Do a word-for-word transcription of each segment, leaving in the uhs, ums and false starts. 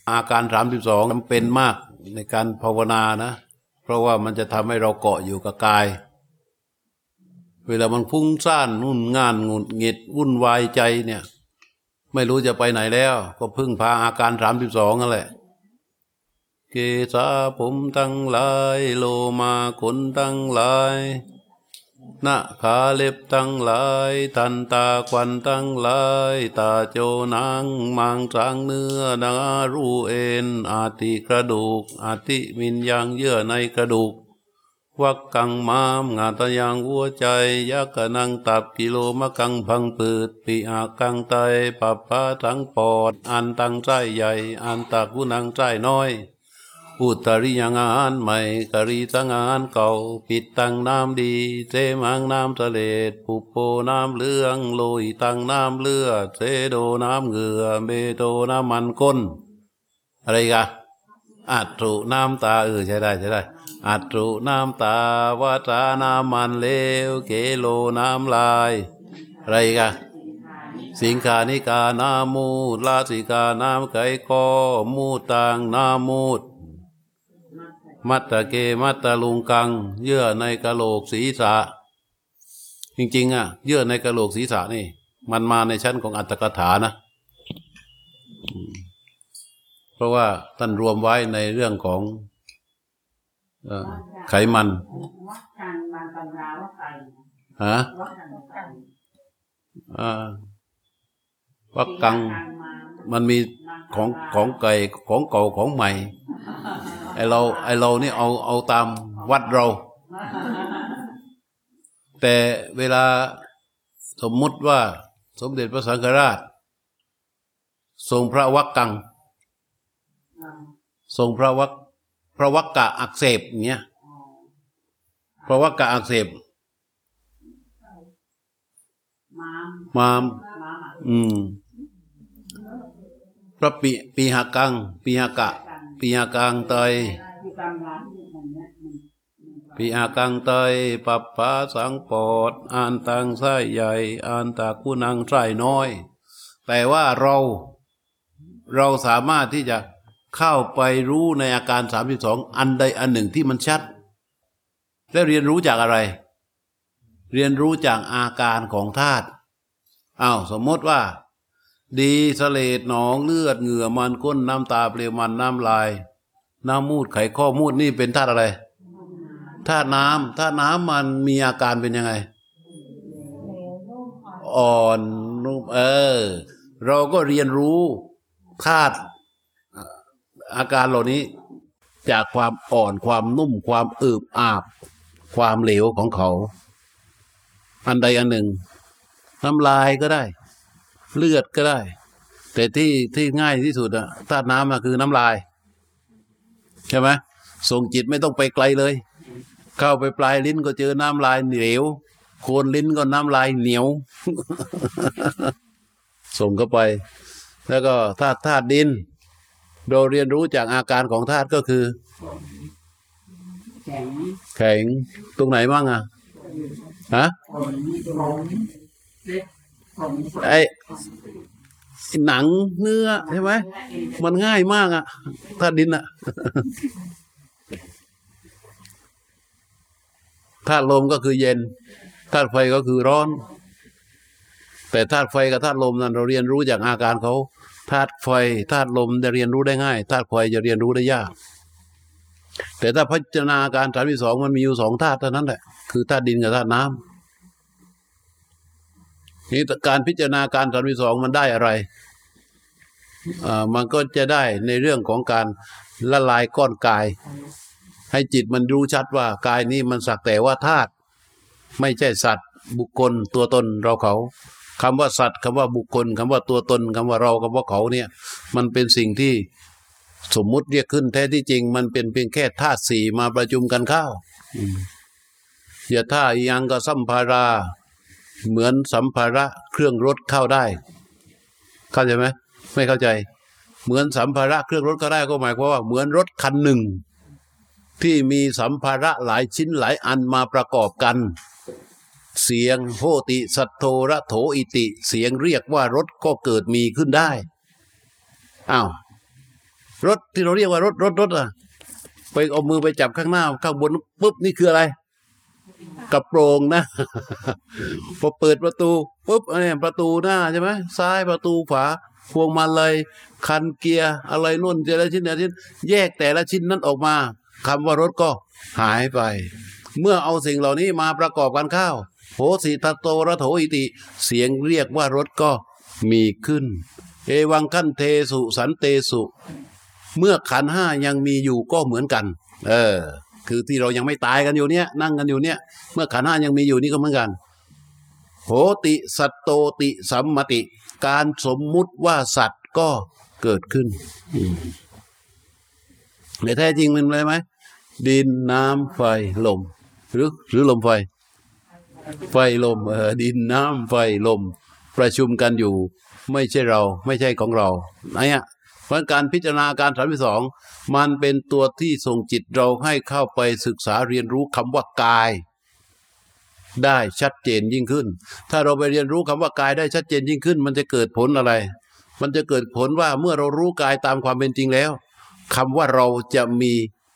อาการสามสิบสองจำเป็นมากในการภาวนานะเพราะว่ามันจะทำให้เราเกาะอยู่กับกายเวลามันฟุ้งซ่านนุ่นง่านงุดหงิดวุ่นวายใจเนี่ยไม่รู้จะไปไหนแล้วก็พึ่งพาอาการสามสิบสองนั่นแหละเกศาผมทั้งหลายโลมาขนทั้งหลายหน้าขาเล็บทั้งหลายทันตาควันทั้งหลายตาโจหนังมังสางเนื้อนารูเอ็นอาติกระดูกอาติวิญญาณเยื่อในกระดูกวักกังมามงาตยังหัวใจยักกนังตับกิโลมะกังพังปืดปีอากังไตปัปปะทั้งปอดอันตังไส้ใหญ่อันตะกุนังไส้น้อยอุตริยังงานใหม่กรีสังงานเก่าปิดตังน้ำดีเจมังน้ำทะเลปุโปน้ำเลืองโลยตังน้ำเลือดเซโดน้ำเหงื่อเบโตน้ำมันก้นอะไรกันอัตรุน้ำตาเออใช่ได้ใช่ได้อัตรุน้ำตาวาตาน้ำมันเลวเกโลน้ำลายอะไรกันสิงคานิกาน้ำมูดลาสิกาน้ำไก่คอมูดตังน้ำมูดมัตตะเกมัตตะลุงกังเยื่อในกะโหลกศีรษะจริงๆอ่ะเยื่อในกะโหลกศีรษะนี่มันมาในชั้นของอัตถกถานะเพราะว่าท่านรวมไว้ในเรื่องของเอ่อไขมันฮะอ่าวักกังมันมีของของไก่ของเก่าของใหม่ไอเราไอเรานี่เอาเอาตามวัดเราแต่เวลาสมมุติว่าสมเด็จพระสังฆราชทรงพระวักกังทรงพระวักพระวักกะอักเสบอย่างเงี้ยพระวักกะอักเสบมามอืมพระปีปีหากังปีหากะปีหากังเตยปีหากังเตยปัปปะสังปอดอันตังไส้ใหญ่อันตากุนังไส้น้อยแต่ว่าเราเราสามารถที่จะเข้าไปรู้ในอาการสามสิบสองอันใดอันหนึ่งที่มันชัดแล้วเรียนรู้จากอะไรเรียนรู้จากอาการของธาตุอ้าวสมมติว่าดีเสลดหนองเลือดเหงื่อมันก้นน้ำตาเปลวมันน้ำลายน้ำมูดไขข้อมูดนี่เป็นธาตุอะไรธาตุน้ำธาตุน้ำมันมีอาการเป็นยังไงอ่อนนุ่มเออเราก็เรียนรู้ธาตุอาการเหล่านี้จากความอ่อนความนุ่มความอืบอาบความเหลวของเขาอันใดอันหนึ่งน้ำลายก็ได้เลือดก็ได้แต่ที่ที่ง่ายที่สุดอะธาตุน้ำอะคือน้ำลายใช่ไหมส่งจิตไม่ต้องไปไกลเลยเข้าไปปลายลิ้นก็เจอน้ำลายเหลวโคนลิ้นก็น้ำลายเหนียว ส่งเข้าไปแล้วก็ธาตุธาตุดินเราเรียนรู้จากอาการของธาตุก็คือแข็งแข็งตรงไหนบ้างอะฮะไอ้หนังเนื้อใช่ไหมมันง่ายมากอะธาตุดินอะธาตุลมก็คือเย็นธาตุไฟก็คือร้อนแต่ธาตุไฟกับธาตุลมนั้นเราเรียนรู้จากอาการเขาธาตุไฟธาตุลมจะเรียนรู้ได้ง่ายธาตุไฟจะเรียนรู้ได้ยากแต่ถ้าพิจารณาอาการสามที่สองมันมีอยู่สองธาตุเท่านั้นแหละคือธาตุดินกับธาตุน้ำนี่การพิจารณาการสามที่สองมันได้อะไรอ่ามันก็จะได้ในเรื่องของการละลายก้อนกายให้จิตมันรู้ชัดว่ากายนี้มันสักแต่ว่าธาตุไม่ใช่สัตว์บุคคลตัวตนเราเขาคำว่าสัตว์คำว่าบุคคลคำว่าตัวตนคำว่าเราคำว่าเขาเนี่ยมันเป็นสิ่งที่สมมุติเรียกขึ้นแท้ที่จริงมันเป็นเพียงแค่ธาตุสี่มาประชุมกันเข้าอย่าท่ายังก็สัมภาระเหมือนสัมภาระเครื่องรถเข้าได้เข้าใจไหมไม่เข้าใจเหมือนสัมภาระเครื่องรถเข้าได้ก็หมายความว่าเหมือนรถคันหนึ่งที่มีสัมภาระหลายชิ้นหลายอันมาประกอบกันเสียงโหติสัทโทระโถอิติเสียงเรียกว่ารถก็เกิดมีขึ้นได้อ้าวรถที่เราเรียกว่ารถรถรถอ่ะไปเอามือไปจับข้างหน้าข้างบนปุ๊บนี่คืออะไรกระโปรงนะ พอเปิดประตูปุ๊บเนี่ยประตูหน้าใช่ไหมซ้ายประตูขวาพวงมาลัยคันเกียร์อะไรนู่นแต่ละชิ้นแต่ละชิ้นแยกแต่ละชิ้นนั้นออกมาคำว่ารถก็หายไปเมื่อเอาสิ่งเหล่านี้มาประกอบกันเข้าโหสิทัตโตระโถอิติเสียงเรียกว่ารถก็มีขึ้นเอวังคันเทสุสันเตสุเมื่อขันห้ายังมีอยู่ก็เหมือนกันเออคือที่เรายังไม่ตายกันอยู่เนี้ยนั่งกันอยู่เนี้ยเมื่อขันห้ายังมีอยู่นี่ก็เหมือนกันโหติสัตโตติสัมมติการสมมุติว่าสัตว์ก็เกิดขึ้นในแท้จริงมันอะไรไหมดินน้ำไฟลมหรือหรือลมไฟไฟลมเออดินน้ำไฟลมประชุมกันอยู่ไม่ใช่เราไม่ใช่ของเราไอ้อะเพราะการพิจารณาการสามที่สองมันเป็นตัวที่ส่งจิตเราให้เข้าไปศึกษาเรียนรู้คำว่ากายได้ชัดเจนยิ่งขึ้นถ้าเราไปเรียนรู้คำว่ากายได้ชัดเจนยิ่งขึ้นมันจะเกิดผลอะไรมันจะเกิดผลว่าเมื่อเรารู้กายตามความเป็นจริงแล้วคำว่าเราจะมี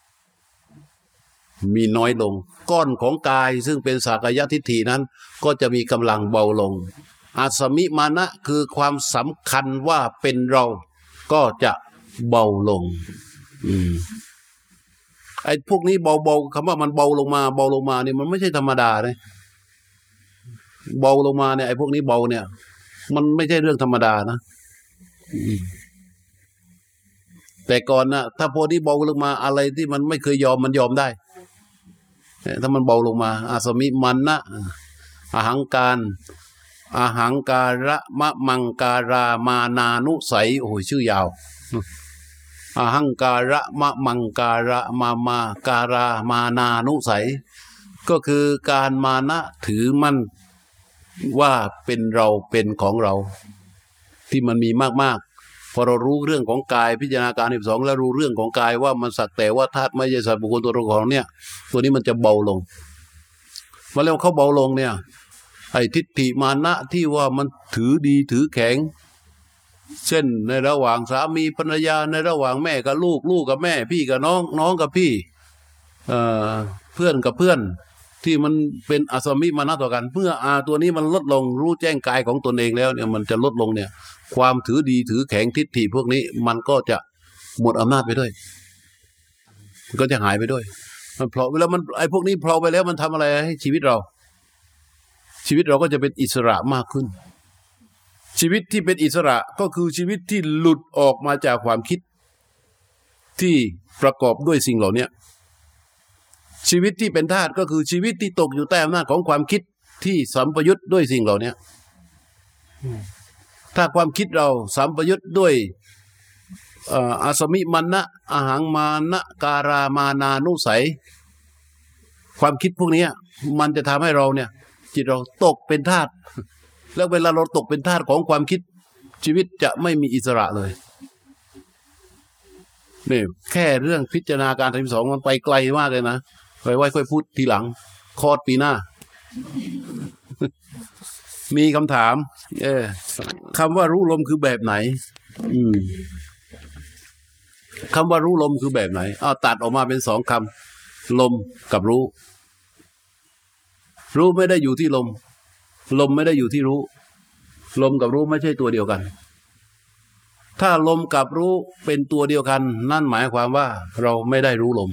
มีน้อยลงก้อนของกายซึ่งเป็นสักยทิฏฐินั้นก็จะมีกำลังเบาลงอาสมิมานะคือความสำคัญว่าเป็นเราก็จะเบาลงอืมไอ้พวกนี้เบาๆคำว่ามันเบาลงมาเบาลงมาเนี่ยมันไม่ใช่ธรรมดาเลยเบาลงมาเนี่ยไอ้พวกนี้เบาเนี่ยมันไม่ใช่เรื่องธรรมดานะแต่ก่อนนะถ้าพวกนี้เบาลงมาอะไรที่มันไม่เคยยอมมันยอมได้ถ้ามันเบาลงมาอาสมิมันนะอาหังการอาหังการะมะมังการามานานุสัยโอ้ยชื่อยาวอาหังการะมะมังการะมามาการามานานุสัยก็คือการมานะถือมั่นว่าเป็นเราเป็นของเราที่มันมีมากๆพอเรารู้เรื่องของกายพิจารณาการที่สองแล้วรู้เรื่องของกายว่ามันสักแต่ว่าธาตุไม่ใช่สัตว์บุคคลตัวตนของเนี่ยตัวนี้มันจะเบาลงมาแล้วเขาเบาลงเนี่ยไอ้ทิฏฐิมานะที่ว่ามันถือดีถือแข็งเช่นในระหว่างสามีภรรยาในระหว่างแม่กับลูกลูกกับแม่พี่กับน้องน้องกับพี่เอ่อเพื่อนกับเพื่อนที่มันเป็นอาสมิมานะต่อกันเมื่ออาตัวนี้มันลดลงรู้แจ้งกายของตนเองแล้วเนี่ยมันจะลดลงเนี่ยความถือดีถือแข็งทิฏฐิพวกนี้มันก็จะหมดอำนาจไปด้วยมันก็จะหายไปด้วยมันเพราะเวลามันไอ้พวกนี้เพราะไปแล้วมันทำอะไรให้ชีวิตเราชีวิตเราก็จะเป็นอิสระมากขึ้นชีวิตที่เป็นอิสระก็คือชีวิตที่หลุดออกมาจากความคิดที่ประกอบด้วยสิ่งเหล่านี้ชีวิตที่เป็นทาสก็คือชีวิตที่ตกอยู่ใต้อำนาจของความคิดที่สัมปยุตด้วยสิ่งเหล่านี้ถ้าความคิดเราสัมปยุตด้วยอาสมิมันนะอาหังมานะการามานานุสัยความคิดพวกนี้มันจะทำให้เราเนี่ยจิตเราตกเป็นทาสแล้วเวลาเราตกเป็นทาสของความคิดชีวิตจะไม่มีอิสระเลยนี่แค่เรื่องพิจารณาการที่สองมันไปไกลมากเลยนะไว้ไว้ค่อยพูดทีหลังคอร์สปีหน้า มีคำถามเออคำว่ารู้ลมคือแบบไหนอืมคำว่ารู้ลมคือแบบไหนเอาตัดออกมาเป็นสองคำลมกับรู้รู้ไม่ได้อยู่ที่ลมลมไม่ได้อยู่ที่รู้ลมกับรู้ไม่ใช่ตัวเดียวกันถ้าลมกับรู้เป็นตัวเดียวกันนั่นหมายความว่าเราไม่ได้รู้ลม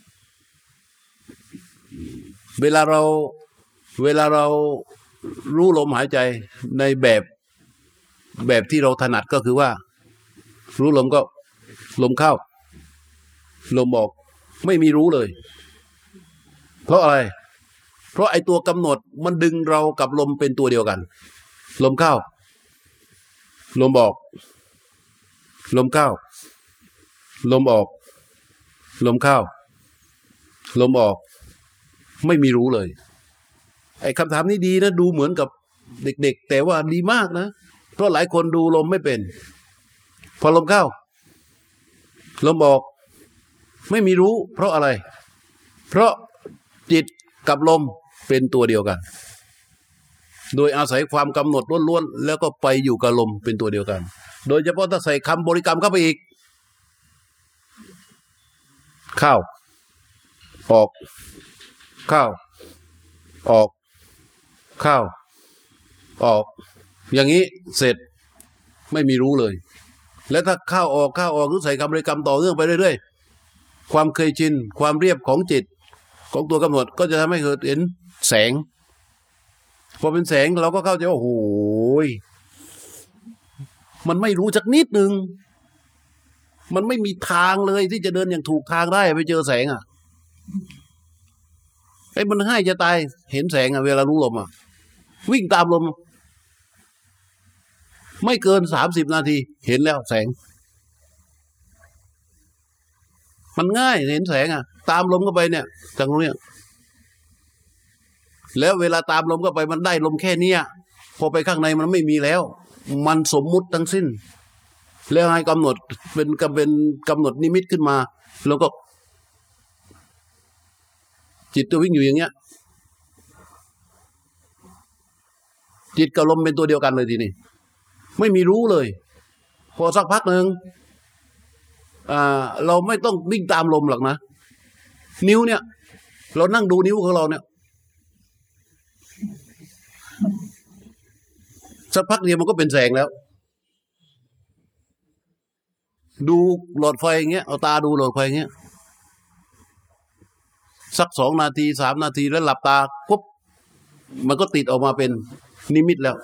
เวลาเราเวลาเรารู้ลมหายใจในแบบแบบที่เราถนัดก็คือว่ารู้ลมก็ลมเข้าลมออกไม่มีรู้เลยเพราะอะไรเพราะไอ้ตัวกำหนดมันดึงเรากับลมเป็นตัวเดียวกันลมเข้าลมออกลมเข้าลมออกลมเข้าลมออกไม่มีรู้เลยไอ้คำถามนี้ดีนะดูเหมือนกับเด็กๆแต่ว่าดีมากนะเพราะหลายคนดูลมไม่เป็นพอลมเข้าลมออกไม่มีรู้เพราะอะไรเพราะจิตกับลมเป็นตัวเดียวกันโดยอาศัยความกำหนดล้วนๆแล้วก็ไปอยู่กับลมเป็นตัวเดียวกันโดยเฉพาะถ้าใส่คำบริกรรมเข้าไปอีกเข้าออกเข้าออกเข้าออกอย่างนี้เสร็จไม่มีรู้เลยและถ้าเข้าออกเข้าออกหรือใส่คำบริกรรมต่อเนื่องไปเรื่อยๆความเคยชินความเรียบของจิตของตัวกำหนดก็จะทำให้เกิดเห็นแสงพอเป็นแสงเราก็เข้าใจว่าโอ้โหมันไม่รู้จักนิดนึงมันไม่มีทางเลยที่จะเดินอย่างถูกทางได้ไปเจอแสงอ่ะไอ้มันให้จะตายเห็นแสงอ่ะเวลารู้ลมอ่ะวิ่งตามลมไม่เกินสามสิบนาทีเห็นแล้วแสงมันง่ายเห็นแสงอ่ะตามลมเข้าไปเนี่ยจากตรงเนี้ยแล้วเวลาตามลมเข้าไปมันได้ลมแค่เนี้ยพอไปข้างในมันไม่มีแล้วมันสมมุติทั้งสิ้นแล้วให้กำหนดเป็นกำเป็นกำหนดนิมิตขึ้นมาแล้วก็จิตตัววิ่งอยู่อย่างเงี้ยจิตกับลมเป็นตัวเดียวกันเลยทีนี้ไม่มีรู้เลยพอสักพักหนึ่งอ่าเราไม่ต้องวิ่งตามลมหรอกนะนิ้วเนี่ยเรานั่งดูนิ้วของเราเนี่ยสักพักเดียวมันก็เป็นแสงแล้วดูหลอดไฟอย่างเงี้ยเอาตาดูหลอดไฟอย่างเงี้ยสักสองนาทีสามนาทีแล้วหลับตาปุ๊บมันก็ติดออกมาเป็นนิมิตแล้ว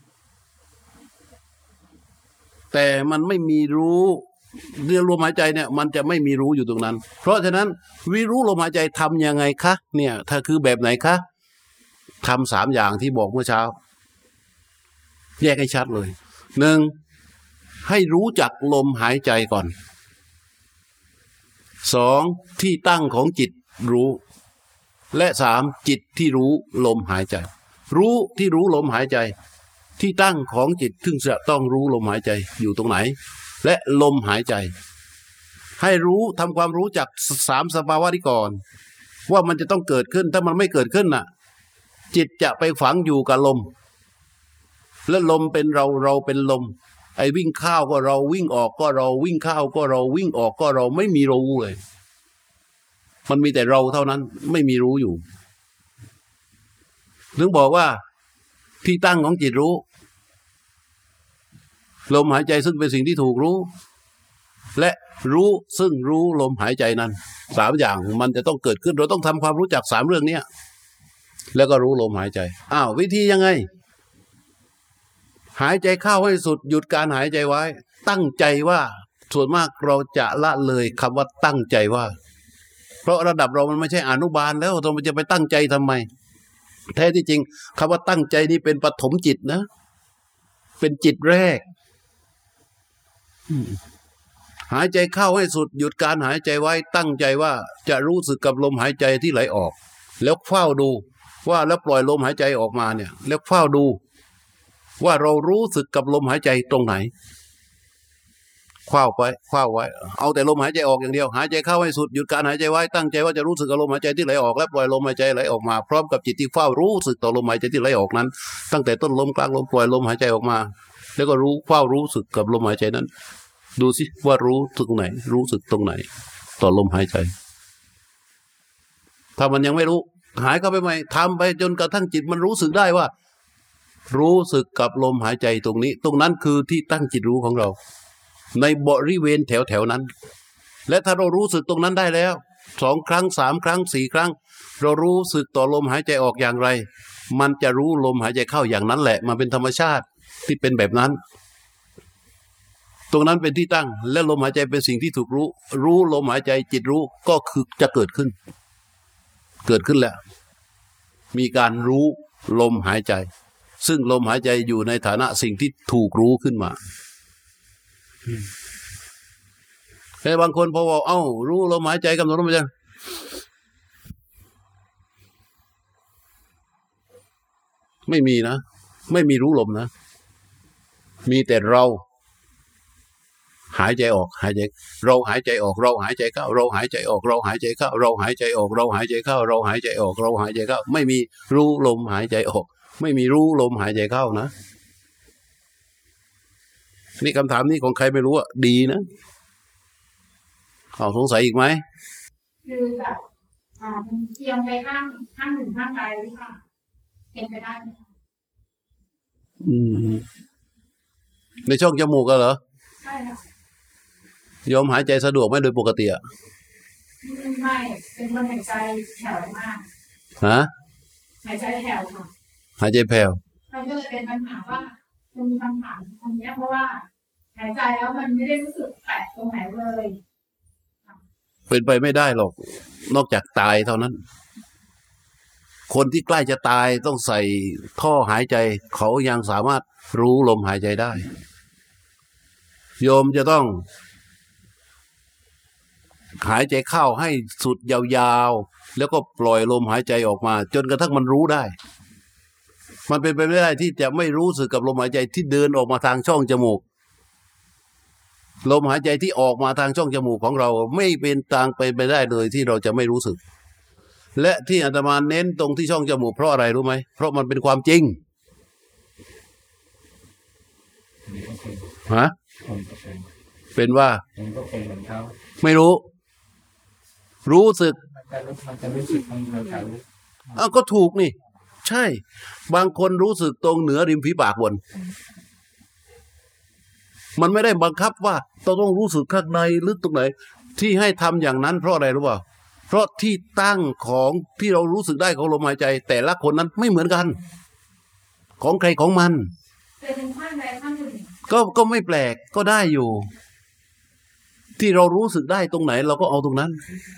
แต่มันไม่มีรู้เรื่องลมหายใจเนี่ยมันจะไม่มีรู้อยู่ตรงนั้นเพราะฉะนั้นวิรู้ลมหายใจทำยังไงคะเนี่ยถ้าคือแบบไหนคะทำสามอย่างที่บอกเมื่อเช้าแยกให้ชัดเลยหนึ่งให้รู้จักลมหายใจก่อนสองที่ตั้งของจิตรู้และสามจิตที่รู้ลมหายใจรู้ที่รู้ลมหายใจที่ตั้งของจิตซึ่งจะต้องรู้ลมหายใจอยู่ตรงไหนและลมหายใจให้รู้ทำความรู้จักสามสภาวะนี้ก่อนว่ามันจะต้องเกิดขึ้นถ้ามันไม่เกิดขึ้นน่ะจิตจะไปฝังอยู่กับลมและลมเป็นเราเราเป็นลมไอ้วิ่งเข้าก็เราวิ่งออกก็เราวิ่งเข้าก็เราวิ่งออกก็เราไม่มีรู้เลยมันมีแต่เราเท่านั้นไม่มีรู้อยู่ถึงบอกว่าที่ตั้งของจิตรู้ลมหายใจซึ่งเป็นสิ่งที่ถูกรู้และรู้ซึ่งรู้ลมหายใจนั้นสามอย่างมันจะต้องเกิดขึ้นเราต้องทำความรู้จักสามเรื่องนี้แล้วก็รู้ลมหายใจอ้าววิธียังไงหายใจเข้าให้สุดหยุดการหายใจไว้ตั้งใจว่าส่วนมากเราจะละเลยคำว่าตั้งใจว่าเพราะระดับเรามันไม่ใช่อนุบาลแล้วเราจะไปตั้งใจทำไมแท้ที่จริงคำว่าตั้งใจนี่เป็นปฐมจิตนะเป็นจิตแรกหายใจเข้าให้สุดหยุดการหายใจไว้ตั้งใจว่าจะรู้สึกกับลมหายใจที่ไหลออกแล้วเฝ้าดูว่าแล้วปล่อยลมหายใจออกมาเนี่ยแล้วเฝ้าดูว่าเรารู้สึกกับลมหายใจตรงไหนคว้าไว้คว้าไว้เอาแต่ลมหายใจออกอย่างเดียวหายใจเข้าให้สุดหยุดการหายใจไว้ตั้งใจว่าจะรู้สึกกับลมหายใจที่ไหลออกและปล่อยลมหายใจไหลออกมาพร้อมกับจิตที่เฝ้ารู้สึกต่อลมหายใจที่ไหลออกนั้นตั้งแต่ต้นลมกลางลมปล่อยลมหายใจออกมาแล้วก็รู้เฝ้ารู้สึกกับลมหายใจนั้นดูสิว่ารู้สึกตรงไหนรู้สึกตรงไหนต่อลมหายใจถ้ามันยังไม่รู้หายเข้าไปใหม่ทำไปจนกระทั่งจิตมันรู้สึกได้ว่ารู้สึกกับลมหายใจตรงนี้ตรงนั้นคือที่ตั้งจิตรู้ของเราในบริเวณแถวแถวนั้นและถ้าเรารู้สึกตรงนั้นได้แล้วสองครั้งสามครั้งสี่ครั้งเรารู้สึกต่อลมหายใจออกอย่างไรมันจะรู้ลมหายใจเข้าอย่างนั้นแหละมันเป็นธรรมชาติที่เป็นแบบนั้นตรงนั้นเป็นที่ตั้งและลมหายใจเป็นสิ่งที่ถูกรู้รู้ลมหายใจจิตรู้ก็คือจะเกิดขึ้นเกิดขึ้นแล้วมีการรู้ลมหายใจซึ่งลมหายใจอยู่ในฐานะสิ่งที่ถูกรู้ขึ้นมาแต่บางคนพอบอกเอ้ารู้ลมหายใจกำหนดลมหายใจไม่มีนะไม่มีรู้ลมนะมีแต่เราหายใจออกหายใจเราหายใจออกเราหายใจเข้าเราหายใจออกเราหายใจเข้าเราหายใจออกเราหายใจเข้าเราหายใจออกเราหายใจเข้าไม่มีรู้ลมหายใจออกไม่มีรู้ลมหายใจเข้านะนี่คำถามนี้ของใครไม่รู้อ่ะดีนะเอาสงสัยอีกไหมคือแบบอ่ามันเอียงไปข้างข้างหนึ่งข้างใดหรือเปล่าเป็นไปได้ไหมคะอืมในช่องจมูกก็เหรอใช่ค่ะยอมหายใจสะดวกไหมโดยปกติอะไม่เป็นคนหายใจแผ่วมากฮะหายใจแผ่วค่ะหายใจแผ่วมันก็เลยเป็นปัญหาว่ามันมีคำถามตรงนี้เพราะว่าหายใจแล้วมันไม่ได้รู้สึกแปลกตรงไหนเลยเป็นไปไม่ได้หรอก นอกจากตายเท่านั้น คนที่ใกล้จะตายต้องใส่ท่อหายใจ เขายังสามารถรู้ลมหายใจได้ โยมจะต้อง หายใจเข้าให้สุดยาวๆแล้วก็ปล่อยลมหายใจออกมา จนกระทั่งมันรู้ได้ มันเป็นไปไม่ได้ที่จะไม่รู้สึกกับลมหายใจที่เดินออกมาทางช่องจมูก ลมหายใจที่ออกมาทางช่องจมูกของเรา ไม่เป็นทางไปไปได้เลยที่เราจะไม่รู้สึก และที่อาตมาเน้นตรงที่ช่องจมูกเพราะอะไรรู้ไหมเพราะมันเป็นความจริงฮะเป็นว่าผมก็เป็นเหมือนเขาไม่รู้ รู้สึกมันจะรู้มันจะรู้สึกมันเราจะรู้อ้าวก็ถูกนี่ ใช่ บางคนรู้สึกตรงเหนือริมฝีปากบน มันไม่ได้บังคับว่าต้องต้องรู้สึกข้างในลึกตรงไหน ที่ให้ทำอย่างนั้นเพราะอะไรรู้เปล่าเพราะที่ตั้งของที่เรารู้สึกได้ของลมหายใจ แต่ละคนนั้นไม่เหมือนกัน ของใครของมันเป็นข้างใดข้างหนึ่งก็ก็ไม่แปลกก็ได้อยู่ ที่เรารู้สึกได้ตรงไหน เราก็เอาตรงนั้น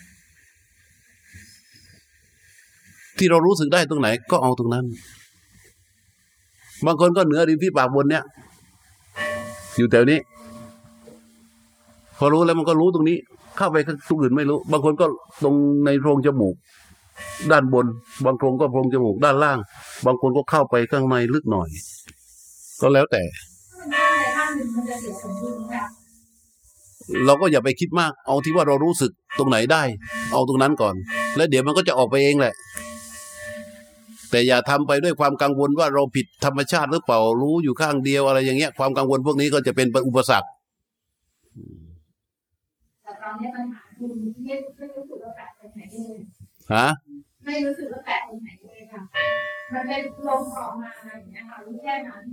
ที่เรารู้สึกได้ตรงไหน ก็เอาตรงนั้น บางคนก็เหนือริมฝีปากบนเนี่ยอยู่แถวนี้ พอรู้แล้วมันก็รู้ตรงนี้ เข้าไปตรงอื่นไม่รู้ บางคนก็ตรงในโพรงจมูก ด้านบน บางคนก็โพรงจมูกด้านล่าง บางคนก็เข้าไปข้างในลึกหน่อย ก็แล้วแต่ข้างใดข้างหนึ่งมันจะเสียสมดุลค่ะเราก็อย่าไปคิดมาก เอาที่ว่าเรารู้สึกตรงไหนได้ เอาตรงนั้นก่อน แล้วเดี๋ยวมันก็จะออกไปเองแหละ แต่อย่าทำไปด้วยความกังวลว่าเราผิดธรรมชาติหรือเปล่า รู้อยู่ข้างเดียวอะไรอย่างเงี้ย ความกังวลพวกนี้ก็จะเป็นอุปสรรคแต่ตอนนี้ปัญหาคือไม่ไม่รู้สึกว่าแปลกตรงไหนเลยฮะไม่รู้สึกว่าแปลกตรงไหนเลยค่ะ มันเป็นลมออกมาอะไรอย่างเงี้ยค่ะรู้แค่นั้น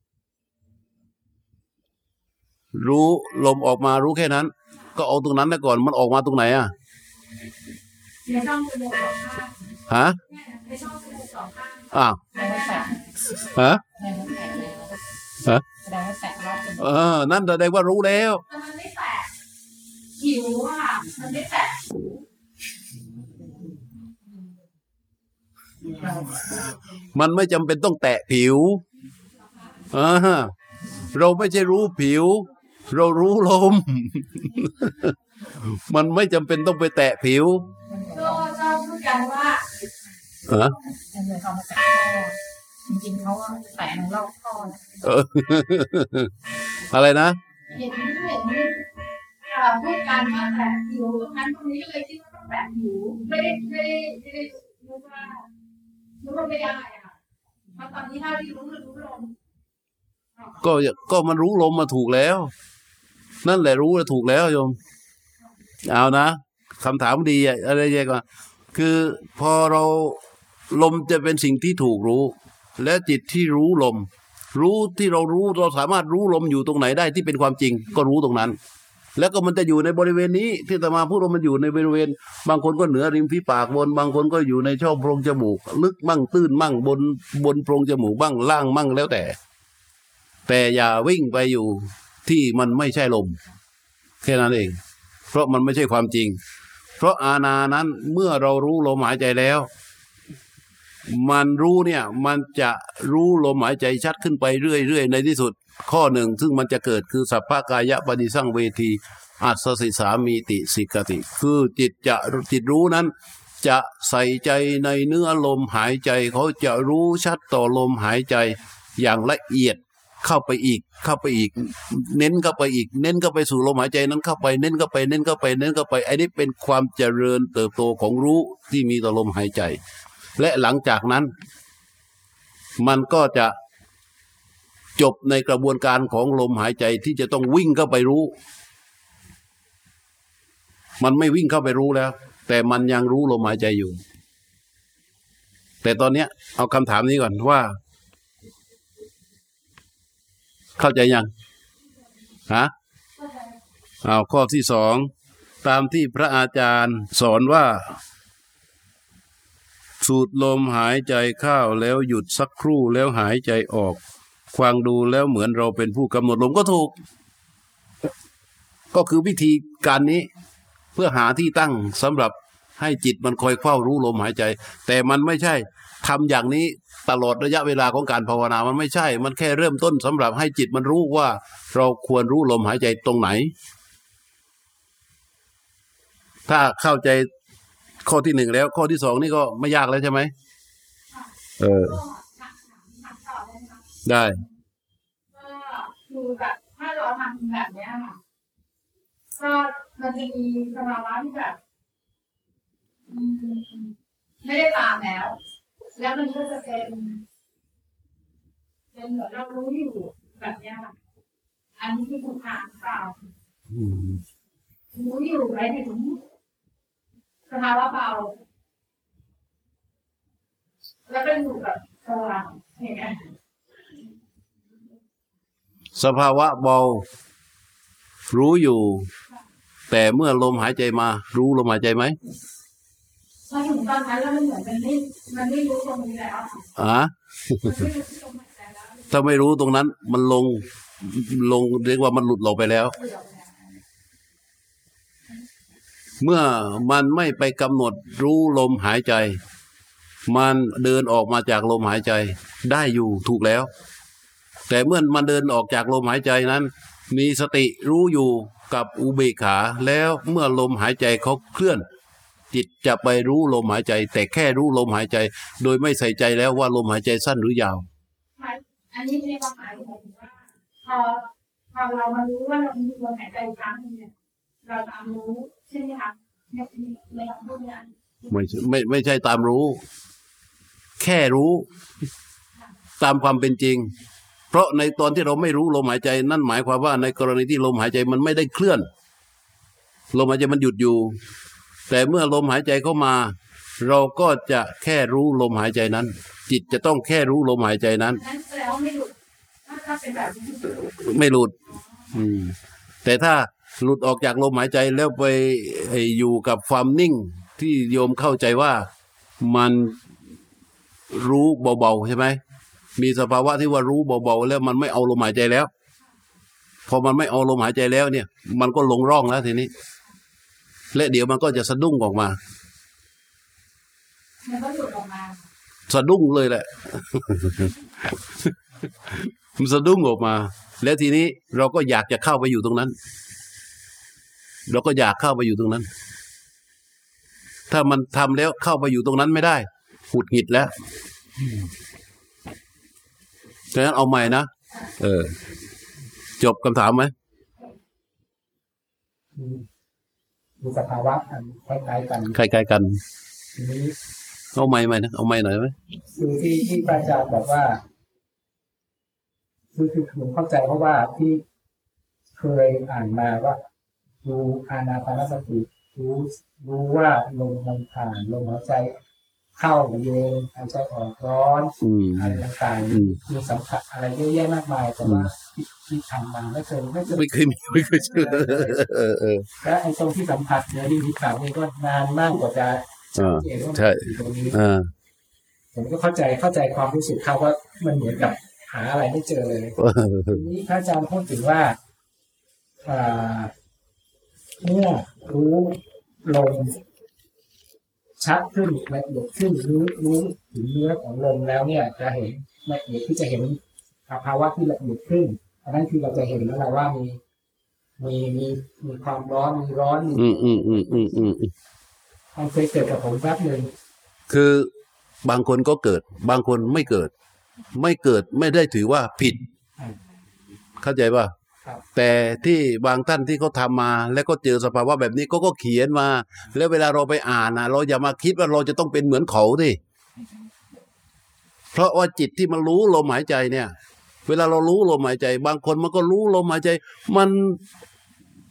รู้ลมออกมารู้แค่นั้น ก็เอาตรงนั้นนะก่อน มันออกมาตรงไหนอ่ะในช่องจมูกสองข้างฮะเนี่ยในช่องจมูกสองข้างอ้าวแสดงว่าแตะฮะแสดงว่าแตะแล้วฮะแสดงว่าแตะรอบจมูกเออ นั่นแสดงว่ารู้แล้วแต่มันไม่แตกผิวอะค่ะ มันไม่แตกมันไม่จำเป็นต้องแตะผิวอ่าเราไม่ใช่รู้ผิว เรารู้ลม มันไม่จำเป็นต้องไปแตะผิวก็ชอบพูดกันว่าฮะยังเลยเขามาแตะท่อจริงๆเขาว่าแตะในรอบท่อนะเออ อะไรนะเห็นเห็นเอ่อพูดกันว่าแตกผิวตรงนั้นตรงนี้ก็เลยคิดว่าต้องแตกผิวไม่ได้ไม่ได้ไม่ได้รู้ว่ารู้ว่าไม่ได้อะค่ะเพราะตอนนี้เท่าที่รู้คือรู้ลมก็ก็มันรู้ลมมาถูกแล้ว นั่นแหละรู้แล้วถูกแล้วโยม เอานะคำถามดีอะอะไรเงี้ยก็คือพอเราลมจะเป็นสิ่งที่ถูกรู้ และจิตที่รู้ลม รู้ที่เรารู้เราสามารถรู้ลมอยู่ตรงไหนได้ที่เป็นความจริง ก็รู้ตรงนั้น แล้วก็มันจะอยู่ในบริเวณนี้ ที่อาตมาพูดว่ามันอยู่ในบริเวณ บางคนก็เหนือริมฝีปากบน บางคนก็อยู่ในช่องโพรงจมูก ลึกมั่งตื้นมั่งบนบนโพรงจมูกบ้างล่างมั่งแล้วแต่ แต่อย่าวิ่งไปอยู่ที่มันไม่ใช่ลมแค่นั้นเอง เพราะมันไม่ใช่ความจริง เพราะอานานั้นเมื่อเรารู้ลมหายใจแล้ว มันรู้เนี่ยมันจะรู้ลมหายใจชัดขึ้นไปเรื่อยๆในที่สุด ข้อหนึ่งซึ่งมันจะเกิดคือสัพพกายะปฏิสังเวทีอัสสสิสามีติสิกติ คือจิตจะจิตรู้นั้น จะใส่ใจในเนื้อลมหายใจเขาจะรู้ชัดต่อลมหายใจอย่างละเอียดเข้าไปอีกเข้าไปอีก เน้นเข้าไปอีก เน้นเข้าไปสู่ลมหายใจนั้นเข้าไปเน้นเข้าไปเน้นเข้าไปเน้นเข้าไปไอ้นี่เป็นความเจริญเติบโตของรู้ที่มีต่อลมหายใจ และหลังจากนั้น มันก็จะจบในกระบวนการของลมหายใจที่จะต้องวิ่งเข้าไปรู้ มันไม่วิ่งเข้าไปรู้แล้ว แแต่มันยังรู้ลมหายใจอยู่ แต่ตอนเนี้ยเอาคำถามนี้ก่อนว่า เข้าใจยังฮะเอาข้อที่สองตามที่พระอาจารย์สอนว่า สูดลมหายใจเข้าแล้วหยุดสักครู่แล้วหายใจออกฟังดูแล้วเหมือนเราเป็นผู้กำหนดลมก็ถูก ก็คือวิธีการนี้เพื่อหาที่ตั้งสำหรับให้จิตมันคอยเฝ้ารู้ลมหายใจแต่มันไม่ใช่ทำอย่างนี้ตลอดระยะเวลาของการภาวนามันไม่ใช่มันแค่เริ่มต้นสำหรับให้จิตมันรู้ว่าเราควรรู้ลมหายใจตรงไหนถ้าเข้าใจข้อที่หนึ่งแล้วข้อที่สองนี่ก็ไม่ยากแล้วใช่ไหมเออได้ก็คือแบบถ้าเราทำแบบนี้ค่ะก็มันจะมีสภาวะที่แบบไม่ได้ตามแล้วแล้วมันก็จะเป็นเป็นเหมือนเรารู้อยู่แบบนี้ค่ะอันนี้ที่ถูกทางเปล่ารู้อยู่ไรถึงสภาวะเบาแล้วก็อยู่แบบสว่างอย่างเงี้ยสภาวะเบารู้อยู่แต่เมื่อลมหายใจมารู้ลมหายใจไหมพอถึงตอนนั้นแล้วมันเหมือนมันไม่มันไม่รู้ตรงนี้แล้วอ่ะถ้าไม่รู้ตรงนั้นมันลงลงเรียกว่ามันหลุดลงไปแล้วเมื่อมันไม่ไปกำหนดรู้ลมหายใจมันเดินออกมาจากลมหายใจได้อยู่ถูกแล้วแต่เมื่อมันเดินออกจากลมหายใจนั้นมีสติรู้อยู่กับอุเบกขาแล้วเมื่อลมหายใจเขาเคลื่อนจิตจะไปรู้ลมหายใจแต่แค่รู้ลมหายใจโดยไม่ใส่ใจแล้วว่าลมหายใจสั้นหรือยาวอันนี้ในความหมายของผมว่าพอพอเรามารู้ว่าเรามีลมหายใจครั้งนึงเนี่ยเราตามรู้ใช่ไหมคะไม่ไม่ต้องพูดนะไม่ไม่ไม่ใช่ตามรู้แค่รู้ตามความเป็นจริงเพราะในตอนที่เราไม่รู้ลมหายใจนั่นหมายความว่าในกรณีที่ลมหายใจมันไม่ได้เคลื่อนลมหายใจมันหยุดอยู่แต่เมื่อลมหายใจเข้ามาเราก็จะแค่รู้ลมหายใจนั้นจิตจะต้องแค่รู้ลมหายใจนั้นแล้วไม่หลุดถ้าเป็นแบบไม่หลุดอืมแต่ถ้าหลุดออกจากลมหายใจแล้วไปอยู่กับความนิ่งที่โยมเข้าใจว่ามันรู้เบาๆใช่ไหมมีสภาวะที่ว่ารู้เบาๆแล้วมันไม่เอาลมหายใจแล้วพอมันไม่เอาลมหายใจแล้วเนี่ยมันก็ลงร่องแล้วทีนี้และเดี๋ยวมันก็จะสะดุ้งออกมามันก็หลุดออกมาสะดุ้งเลยแหละมันสะดุ้งออกมาแล้วทีนี้เราก็อยากจะเข้าไปอยู่ตรงนั้นเราก็อยากเข้าไปอยู่ตรงนั้นถ้ามันทำแล้วเข้าไปอยู่ตรงนั้นไม่ได้หงุดหงิดแล้วฉะนั้นเอาใหม่นะเออจบคำถามไหมมีสภาวะกันคล้ายๆกันคล้ายๆกันทีนี้เอาใหม่ไหมนะเอาใหม่หน่อยไหมคือที่ที่อาจารย์บอกว่าคือคือผมเข้าใจเพราะว่าที่เคยอ่านมาว่าดูอานาปานสติรู้รู้ว่าลมมันผ่านลมหายใจเข้าเย็นหายใจออกร้อนอะไรต่างๆมีสัมผัสอะไรเยอะแยะมากมายแต่ว่าที่ที่ทำมาไม่เคยไม่เคยไม่เคยมีไม่เคยเจอและไอ้ตรงที่สัมผัสเนี่ยที่ที่ข่าวนี่ก็นานมากกว่าจะใช่ตรงนี้ผมก็เข้าใจเข้าใจความรู้สึกเขาว่ามันเหมือนกับหาอะไรไม่เจอเลยทีนี้พระอาจารย์พูดถึงว่าเมื่อรู้ลมชัดขึ้นละเอียดขึ้นรู้รู้ถึงเนื้อของลมแล้วเนี่ยจะเห็นละเอียดที่จะเห็นภาวะที่ละเอียดขึ้นอันนั้นคือเราจะเห็นแล้วว่ามีมีมีมีความร้อนมีร้อนอืมอืมอืมอืมอืมมันเคยเกิดกับผมแป๊บนึงคือบางคนก็เกิดบางคนไม่เกิดไม่เกิดไม่ได้ถือว่าผิดเข้าใจป่ะแต่ที่บางท่านที่เขาทำมาแล้วก็เจอสภาวะแบบนี้ก็ก็เขียนมาแล้วเวลาเราไปอ่านนะเราอย่ามาคิดว่าเราจะต้องเป็นเหมือนเขาดิเพราะว่าจิตที่มันรู้ลมหายใจเนี่ยเวลาเรารู้ลมหายใจบางคนมันก็รู้ลมหายใจมัน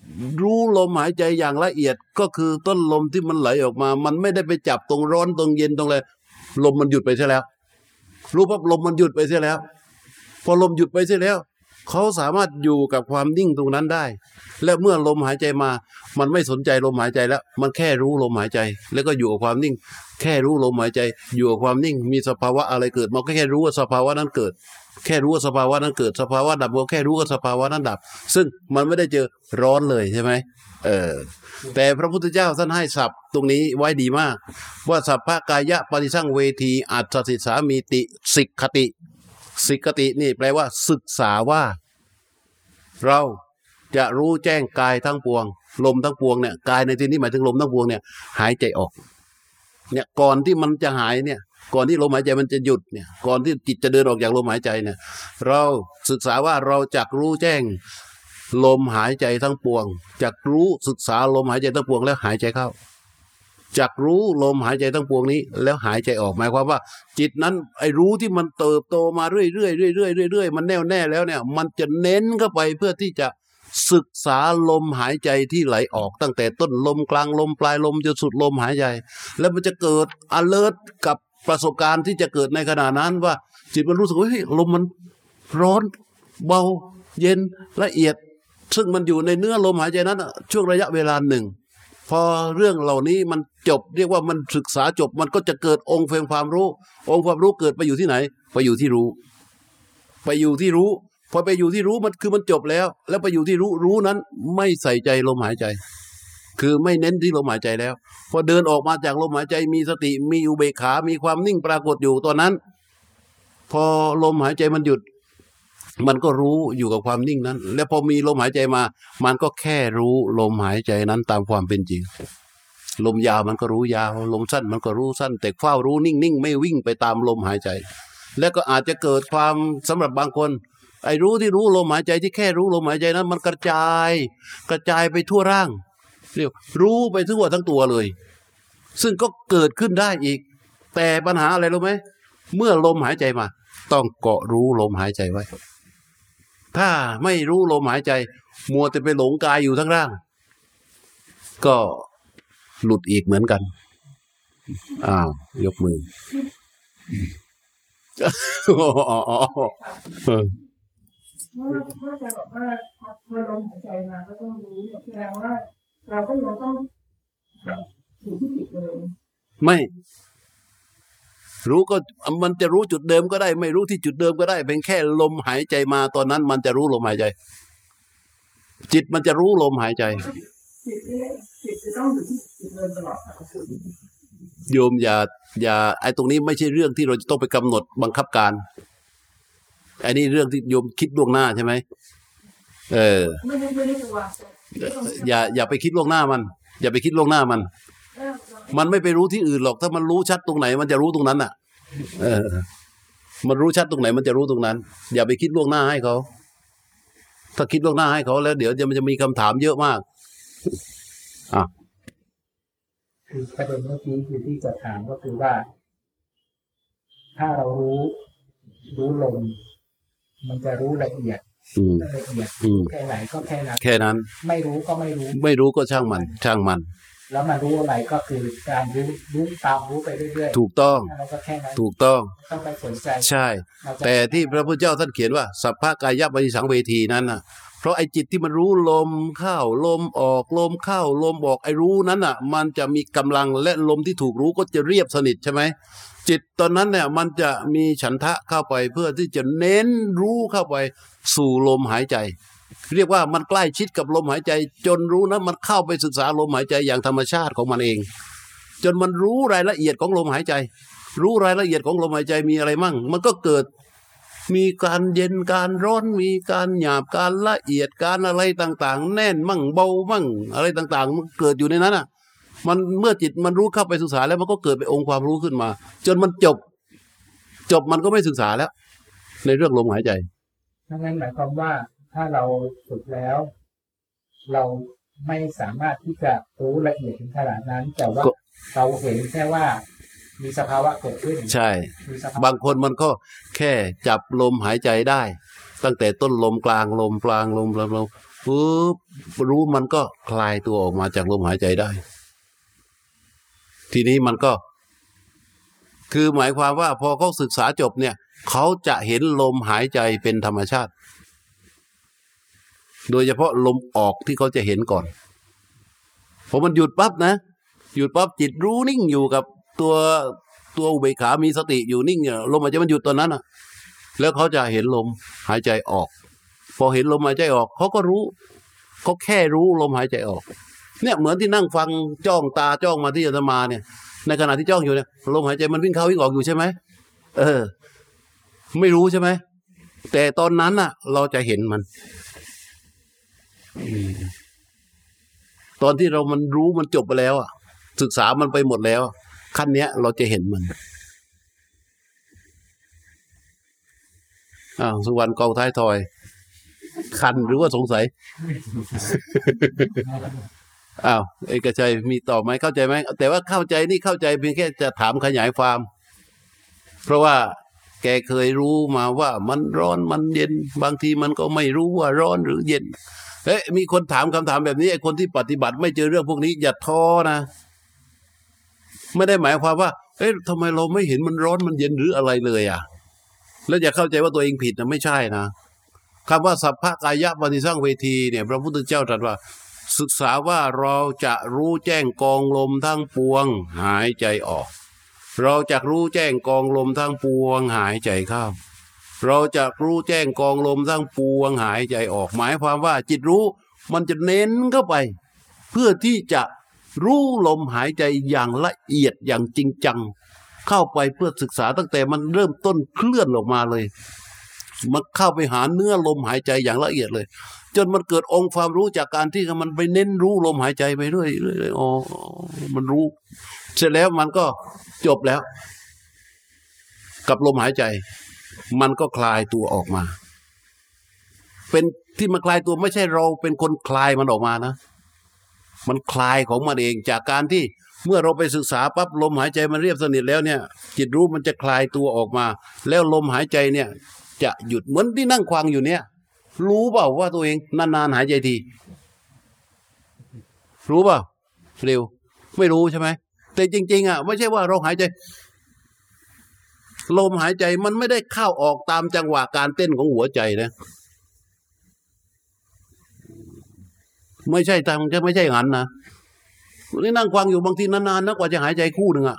รู้ลมหายใจอย่างละเอียดก็คือต้นลมที่มันไหลออกมา มันไม่ได้ไปจับตรงร้อนตรงเย็นตรงอะไรลมมันหยุดไปเสียแล้วรู้ปั๊บลมมันหยุดไปเสียแล้วพอลมหยุดไปเสียแล้วเขาสามารถอยู่กับความนิ่งตรงนั้นได้และเมื่อลมหายใจมามันไม่สนใจลมหายใจแล้วมันแค่รู้ลมหายใจ แล้วก็อยู่กับความนิ่งแค่รู้ลมหายใจอยู่กับความนิ่งมีสภาวะอะไรเกิดมันก็แค่รู้ว่าสภาวะนั้นเกิดแค่รู้ว่าสภาวะนั้นเกิดสภาวะดับก็แค่รู้ว่าสภาวะนั้นดับซึ่งมันไม่ได้เจอร้อนเลยใช่ไหมเออแต่พระพุทธเจ้าท่านให้ศัพท์ตรงนี้ไว้ดีมากว่าสัพพกายะปฏิสั่งเวทีอัตถสิสามีติสิกขติสิกขตินี่แปลว่าศึกษาว่าเราจะรู้แจ้งกายทั้งปวงลมทั้งปวงเนี่ยกายในที่นี้หมายถึงลมทั้งปวงเนี่ยหายใจออกเนี่ยก่อนที่มันจะหายเนี่ยก่อนที่ลมหายใจมันจะหยุดเนี่ยก่อนที่จิตจะเดินออกจากลมหายใจเนี่ยเราศึกษาว่าเราจักรู้แจ้งลมหายใจทั้งปวงจักรู้ศึกษาลมหายใจทั้งปวงแล้วหายใจเข้าจักรู้ลมหายใจทั้งปวงนี้แล้วหายใจออกหมายความว่าจิตนั้นไอ้รู้ที่มันเติบโตมาเรื่อยๆเรื่อยๆเรื่อยๆมันแน่วแน่แล้วเนี่ยมันจะเน้นเข้าไปเพื่อที่จะศึกษาลมหายใจที่ไหลออกตั้งแต่ต้นลมกลางลมปลายลมจนสุดลมหายใจแล้วมันจะเกิด alert กับประสบการณ์ที่จะเกิดในขณะนั้นว่าจิตมันรู้สึกว่าเฮ้ยลมมันร้อนเบาเย็นละเอียดซึ่งมันอยู่ในเนื้อลมหายใจนั้นช่วงระยะเวลาหนึ่งพอเรื่องเหล่านี้มันจบเรียกว่ามันศึกษาจบมันก็จะเกิดองค์แห่งความรู้องค์ความรู้เกิดไปอยู่ที่ไหนไปอยู่ที่รู้ไปอยู่ที่รู้พอไปอยู่ที่รู้มันคือมันจบแล้วแล้วไปอยู่ที่รู้รู้นั้นไม่ใส่ใจลมหายใจคือไม่เน้นที่ลมหายใจแล้วพอเดินออกมาจากลมหายใจมีสติมีอุเบกขามีความนิ่งปรากฏอยู่ตอนนั้นพอลมหายใจมันหยุดมันก็รู้อยู่กับความนิ่งนั้นแล้วพอมีลมหายใจมามันก็แค่รู้ลมหายใจนั้นตามความเป็นจริงลมยาวมันก็รู้ยาวลมสั้นมันก็รู้สั้นแต่เฝ้ารู้นิ่งๆไม่วิ่งไปตามลมหายใจแล้วก็อาจจะเกิดความสำหรับบางคนไอ้รู้ที่รู้ลมหายใจที่แค่รู้ลมหายใจนั้นมันกระจายกระจายไปทั่วร่างเรียกรู้ไปทั่วทั้งตัวเลยซึ่งก็เกิดขึ้นได้อีกแต่ปัญหาอะไรรู้ไหมเมื่อลมหายใจมาต้องเกาะรู้ลมหายใจไว้ถ้าไม่รู้ลมหายใจมัวแต่ไปหลงกายอยู่ทั้งร่างก็หลุดอีกเหมือนกันอ้าวยกมือเมื่อเมื่อจะบอกว่าพอลมหายใจมาก็ต้องรู้แสดงว่าเราก็ยังต้องอยู่ที่จิตเลยไม่รู้ก็มันจะรู้จุดเดิมก็ได้ไม่รู้ที่จุดเดิมก็ได้เพียงแค่ลมหายใจมาตอนนั้นมันจะรู้ลมหายใจจิตมันจะรู้ลมหายใจจิตจิตจะต้องอยู่ที่จุดเดิมตลอดโยมอย่าอย่าไอ้ตรงนี้ไม่ใช่เรื่องที่เราจะต้องไปกำหนดบังคับการไอ้นี่เรื่องที่โยมคิดล่วงหน้าใช่ไหมเออไม่ได้ไม่ได้ตัวอย่าอย่าไปคิดล่วงหน้ามันอย่าไปคิดล่วงหน้ามันมันไม่ไปรู้ที่อื่นหรอกถ้ามันรู้ชัดตรงไหนมันจะรู้ตรงนั้นอ่ะเออมันรู้ชัดตรงไหนมันจะรู้ตรงนั้นอย่าไปคิดล่วงหน้าให้เขาถ้าคิดล่วงหน้าให้เขาแล้วเดี๋ยวจะมันจะมีคำถามเยอะมากอ่ะคือประเด็นเมื่อกี้คือที่จะถามก็คือว่าถ้าเรารู้รู้ลมมันจะรู้ละเอียดละเอียดแค่ไหนก็แค่นั้นแค่นั้นไม่รู้ก็ไม่รู้ไม่รู้ก็ช่างมันช่างมันแล้วมารู้อะไรก็คือการรู้รู้ตามรู้ไปเรื่อยๆถูกต้องถูกต้องต้องไปสนใจใช่แต่ที่พระพุทธเจ้าท่านเขียนว่าสัพพกายะปฏิสังเวทีนั้นน่ะเพราะไอ้จิตที่มันรู้ลมเข้าลมออกลมเข้าลมออกไอ้รู้นั้นน่ะมันจะมีกำลังและลมที่ถูกรู้ก็จะเรียบสนิทใช่ไหมจิตตอนนั้นเนี่ยมันจะมีฉันทะเข้าไปเพื่อที่จะเน้นรู้เข้าไปสู่ลมหายใจเรียกว่ามันใกล้ชิดกับลมหายใจจนรู้นะมันเข้าไปศึกษาลมหายใจอย่างธรรมชาติของมันเองจนมันรู้รายละเอียดของลมหายใจรู้รายละเอียดของลมหายใจมีอะไรมั่งมันก็เกิดมีการเย็นการร้อนมีการหยาบการละเอียดการอะไรต่างๆแน่นมั่งเบามั่งอะไรต่างๆมันเกิดอยู่ในนั้นอ่ะมันเมื่อจิตมันรู้เข้าไปศึกษาแล้วมันก็เกิดเป็นองค์ความรู้ขึ้นมาจนมันจบจบมันก็ไม่ศึกษาแล้วในเรื่องลมหายใจนั่นหมายความว่าถ้าเราฝึกแล้วเราไม่สามารถที่จะรู้ละเอียดถึงขนาดนั้นแต่ว่าเราเห็นแค่ว่ามีสภาวะเกิดขึ้นใช่บางคนมันก็แค่จับลมหายใจได้ตั้งแต่ต้นลมกลางลมกลางลมลมลมปุ๊บรู้มันก็คลายตัวออกมาจากลมหายใจได้ ทีนี้มันก็ คือหมายความว่าพอเขาศึกษาจบเนี่ยเขาจะเห็นลมหายใจเป็นธรรมชาติ โดยเฉพาะลมออกที่เขาจะเห็นก่อนพอมันหยุดปั๊บนะหยุดปั๊บจิตรู้นิ่งอยู่กับตัวตัวอุเบกขามีสติอยู่นิ่งเนี่ยลมหายใจมันหยุดตอนนั้นอ่ะแล้วเขาจะเห็นลมหายใจออกพอเห็นลมหายใจออกเขาก็รู้เขาแค่รู้ลมหายใจออกเนี่ยเหมือนที่นั่งฟังจ้องตาจ้องมาที่อาตมาเนี่ยในขณะที่จ้องอยู่เนี่ยลมหายใจมันวิ่งเข้าวิ่งออกอยู่ใช่ไหมเออไม่รู้ใช่ไหมแต่ตอนนั้นน่ะเราจะเห็นมันตอนที่เรามันรู้มันจบไปแล้วอ่ะศึกษามันไปหมดแล้วขั้นเนี้ยเราจะเห็นมันอ้าวสุวรรณกองท้ายทอยคันหรือว่าสงสัย อ้าวเอกชัยมีตอบไหมเข้าใจไหมแต่ว่าเข้าใจนี่เข้าใจเพียงแค่จะถามขยายความเพราะว่าแกเคยรู้มาว่ามันร้อนมันเย็นบางทีมันก็ไม่รู้ว่าร้อนหรือเย็นเอ๊ะมีคนถามคำถามแบบนี้ไอ้คนที่ปฏิบัติไม่เจอเรื่องพวกนี้อย่าท้อนะไม่ได้หมายความว่าเอ๊ะทำไมเราไม่เห็นมันร้อนมันเย็นหรืออะไรเลยอ่ะแล้วอย่าเข้าใจว่าตัวเองผิดนะไม่ใช่นะคำว่าสัพพะกายะปฏิสังเวทีเนี่ยพระพุทธเจ้าตรัสว่าศึกษาว่าเราจะรู้แจ้งกองลมทั้งปวงหายใจออกเราจะรู้แจ้งกองลมทั้งปวงหายใจเข้าเราจะรู้แจ้งกองลมทั้งปวงหายใจออกหมายความว่าจิตรู้มันจะเน้นเข้าไปเพื่อที่จะรู้ลมหายใจอย่างละเอียดอย่างจริงจังเข้าไปเพื่อศึกษาตั้งแต่มันเริ่มต้นเคลื่อนออกมาเลยมันเข้าไปหาเนื้อลมหายใจอย่างละเอียดเลยจนมันเกิดองค์ความรู้จากการที่มันไปเน้นรู้ลมหายใจไปเรื่อยๆอ๋อมันรู้เสร็จแล้วมันก็จบแล้วกับลมหายใจมันก็คลายตัวออกมาเป็นที่มันคลายตัวไม่ใช่เราเป็นคนคลายมันออกมานะมันคลายของมันเองจากการที่เมื่อเราไปศึกษาปั๊บลมหายใจมันเรียบสนิทแล้วเนี่ยจิตรู้มันจะคลายตัวออกมาแล้วลมหายใจเนี่ยจะหยุดเหมือนที่นั่งควางอยู่เนี่ยรู้เปล่าว่าตัวเองนานๆหายใจทีรู้เปล่าเร็วไม่รู้ใช่ไหมแต่จริงๆอ่ะไม่ใช่ว่าเราหายใจลมหายใจมันไม่ได้เข้าออกตามจังหวะการเต้นของหัวใจนะไม่ใช่ทางจะไม่ใช่หันนะนี่นั่งฟังอยู่บางทีนานๆนะกว่าจะหายใจคู่หนึ่งอ่ะ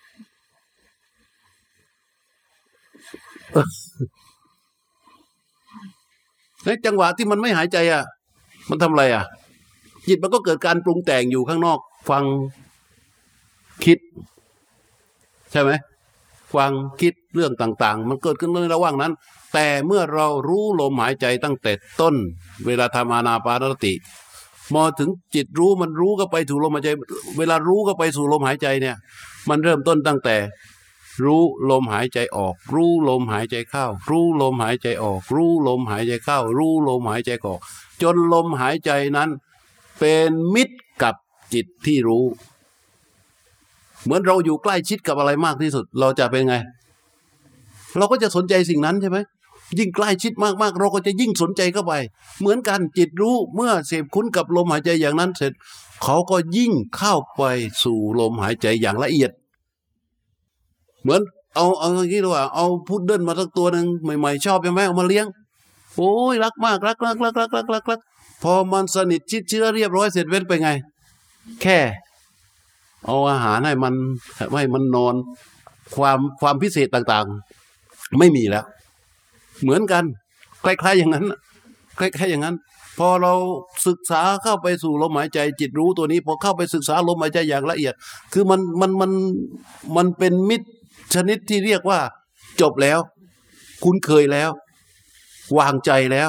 ในจังหวะที่มันไม่หายใจอ่ะมันทำอะไรอ่ะจิตมันก็เกิดการปรุงแต่งอยู่ข้างนอกฟังคิดใช่ไหมฟังคิดเรื่องต่างๆมันเกิดขึ้นในระหว่างนั้นแต่เมื่อเรารู้ลมหายใจตั้งแต่ต้นเวลาทำอานาปานสติมาถึงจิตรู้มันรู้ก็ไปสู่ลมหายใจเวลารู้ก็ไปสู่ลมหายใจเนี่ยมันเริ่มต้นตั้งแต่รู้ลมหายใจออกรู้ลมหายใจเข้ารู้ลมหายใจออกรู้ลมหายใจเข้ารู้ลมหายใจออกจนลมหายใจนั้นเป็นมิตรกับจิตที่รู้เหมือนเราอยู่ใกล้ชิดกับอะไรมากที่สุดเราจะเป็นไงเราก็จะสนใจสิ่งนั้นใช่ไหมยิ่งใกล้ชิดมากๆเราก็จะยิ่งสนใจเข้าไปเหมือนกันจิตรู้เมื่อเสพคุ้นกับลมหายใจอย่างนั้นเสร็จเขาก็ยิ่งเข้าไปสู่ลมหายใจอย่างละเอียดเหมือนเอาเอาอย่างนี้ดีกว่าเอาพุดเดิ้ลมาสักตัวหนึ่งใหม่ๆชอบใช่ไหมเอามาเลี้ยงโอ้ยรักมากรักรักรักรักรักรักรักพอมันสนิทชิดเชื้อเรียบร้อยเสร็จเว้นไปไงแค่เอาอาหารให้มันให้มันนอนความความพิเศษต่างๆไม่มีแล้วเหมือนกันคล้ายๆอย่างนั้นคล้ายๆอย่างนั้นพอเราศึกษาเข้าไปสู่ลมหายใจจิตรู้ตัวนี้พอเข้าไปศึกษาลมหายใจอย่างละเอียดคือมันมันมันมันเป็นมิตรชนิดที่เรียกว่าจบแล้วคุ้นเคยแล้ววางใจแล้ว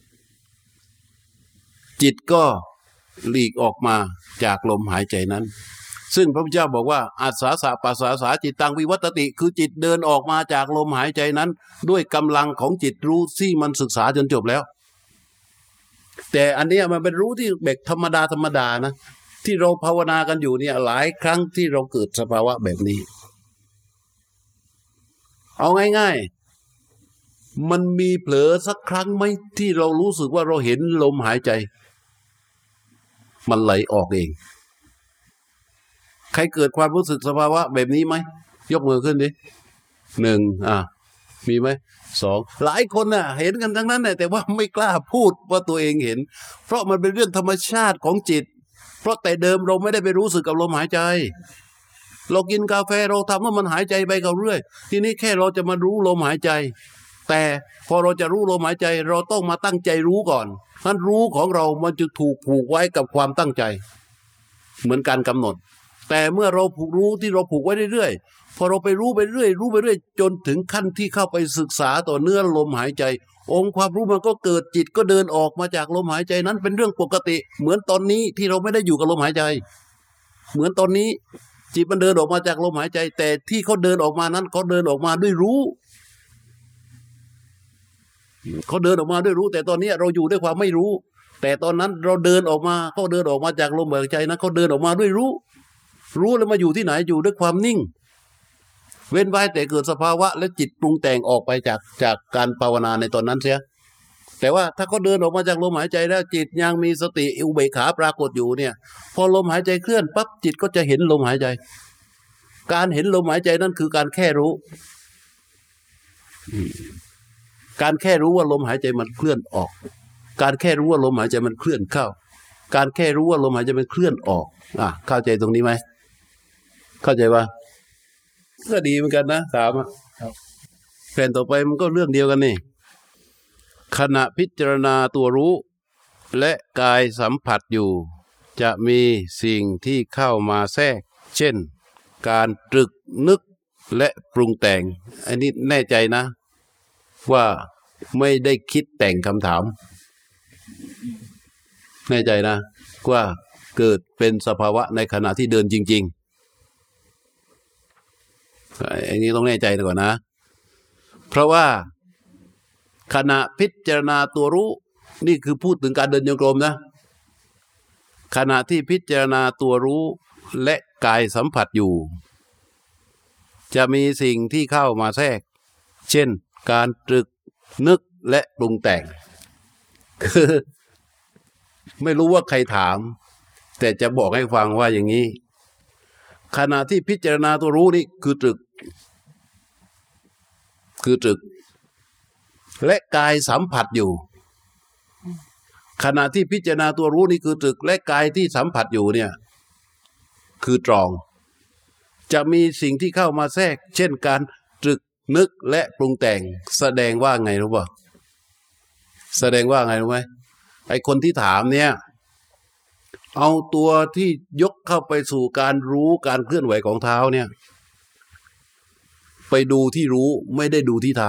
จิตก็หลีกออกมาจากลมหายใจนั้นซึ่งพระพุทธเจ้าบอกว่าอัสสาสะปัสสาสาจิตตังวิวัตติคือจิตเดินออกมาจากลมหายใจนั้นด้วยกำลังของจิตรู้ที่มันศึกษาจนจบแล้วแต่อันนี้มันเป็นรู้ที่แบบธรรมดาธรรมดานะที่เราภาวนากันอยู่เนี่ยหลายครั้งที่เราเกิดสภาวะแบบนี้เอาง่ายๆมันมีเผลอสักครั้งไหมที่เรารู้สึกว่าเราเห็นลมหายใจมันไหลออกเองใครเกิดความรู้สึกสภาวะแบบนี้ไหมยกมือขึ้นดิหนึ่งอ่ะมีไหมสองหลายคนน่ะเห็นกันทั้งนั้นแต่ว่าไม่กล้าพูดว่าตัวเองเห็นเพราะมันเป็นเรื่องธรรมชาติของจิตเพราะแต่เดิมเราไม่ได้ไปรู้สึกกับลมหายใจเรากินกาแฟเราทำว่ามันหายใจไปกับเรื่อยทีนี้แค่เราจะมารู้ลมหายใจแต่พอเราจะรู้ลมหายใจเราต้องมาตั้งใจรู้ก่อนนั้นรู้ของเรามันจะถูกผูกไว้กับความตั้งใจเหมือนการกำหนดแต่เมื่อเราผูกรู้ที่เราผูกไว้เรื่อยๆพอเราไปรู้ไปเรื่อยรู้ไปเรื่อยจนถึงขั้นที่เข้าไปศึกษาต่อเนื้อลมหายใจองค์ความรู้มันก็เกิดจิตก็เดินออกมาจากลมหายใจนั้นเป็นเรื่องปกติเหมือนตอนนี้ที่เราไม่ได้อยู่กับลมหายใจเหมือนตอนนี้จิตมันเดินออกมาจากลมหายใจแต่ที่เขาเดินออกมานั้นเขาเดินออกมาด้วยรู้เขาเดินออกมาด้วยรู้แต่ตอนนี้เราอยู่ด้วยความไม่รู้แต่ตอนนั้นเราเดินออกมาเขาเดินออกมาจากลมหายใจนั้นเขาเดินออกมาด้วยรู้รู้แล้วมาอยู่ที่ไหนอยู่ด้วยความนิ่งเว้นไว้แต่เกิดสภาวะและจิตปรุงแต่งออกไปจากจากการภาวนาในตอนนั้นเสียแต่ว่าถ้าเขาเดินออกมาจากลมหายใจแล้วจิตยังมีสติอุเบกขาปรากฏอยู่เนี่ยพอลมหายใจเคลื่อนปั๊บจิตก็จะเห็นลมหายใจการเห็นลมหายใจนั่นคือการแค่รู้การแค่รู้ว่าลมหายใจมันเคลื่อนออกการแค่รู้ว่าลมหายใจมันเคลื่อนเข้าการแค่รู้ว่าลมหายใจมันเคลื่อนออกอ่ะเข้าใจตรงนี้ไหมเข้าใจป่ะก็ดีเหมือนกันนะสามอ่ะแผ่นต่อไปมันก็เรื่องเดียวกันนี่ขณะพิจารณาตัวรู้และกายสัมผัสอยู่จะมีสิ่งที่เข้ามาแทรกเช่นการตรึกนึกและปรุงแต่งอันนี้แน่ใจนะว่าไม่ได้คิดแต่งคำถามแน่ใจนะว่าเกิดเป็นสภาวะในขณะที่เดินจริงๆอันนี้ต้องแน่ใจก่อนนะเพราะว่าขณะพิจารณาตัวรู้นี่คือพูดถึงการเดินโยกลมนะขณะที่พิจารณาตัวรู้และกายสัมผัสอยู่จะมีสิ่งที่เข้ามาแทรกเช่นการตรึกนึกและปรุงแต่งคือไม่รู้ว่าใครถามแต่จะบอกให้ฟังว่าอย่างนี้ขณะที่พิจารณาตัวรู้นี่คือตรึกคือตรึกและกายสัมผัสอยู่ขณะที่พิจารณาตัวรู้นี่คือตรึกและกายที่สัมผัสอยู่เนี่ยคือตรองจะมีสิ่งที่เข้ามาแทรกเช่นการตรึกนึกและปรุงแต่งแสดงว่าไงรู้ป่ะแสดงว่าไงรู้ไหมไอ้คนที่ถามเนี่ยเอาตัวที่ยกเข้าไปสู่การรู้การเคลื่อนไหวของเท้าเนี่ยไปดูที่รู้ไม่ได้ดูที่เท้า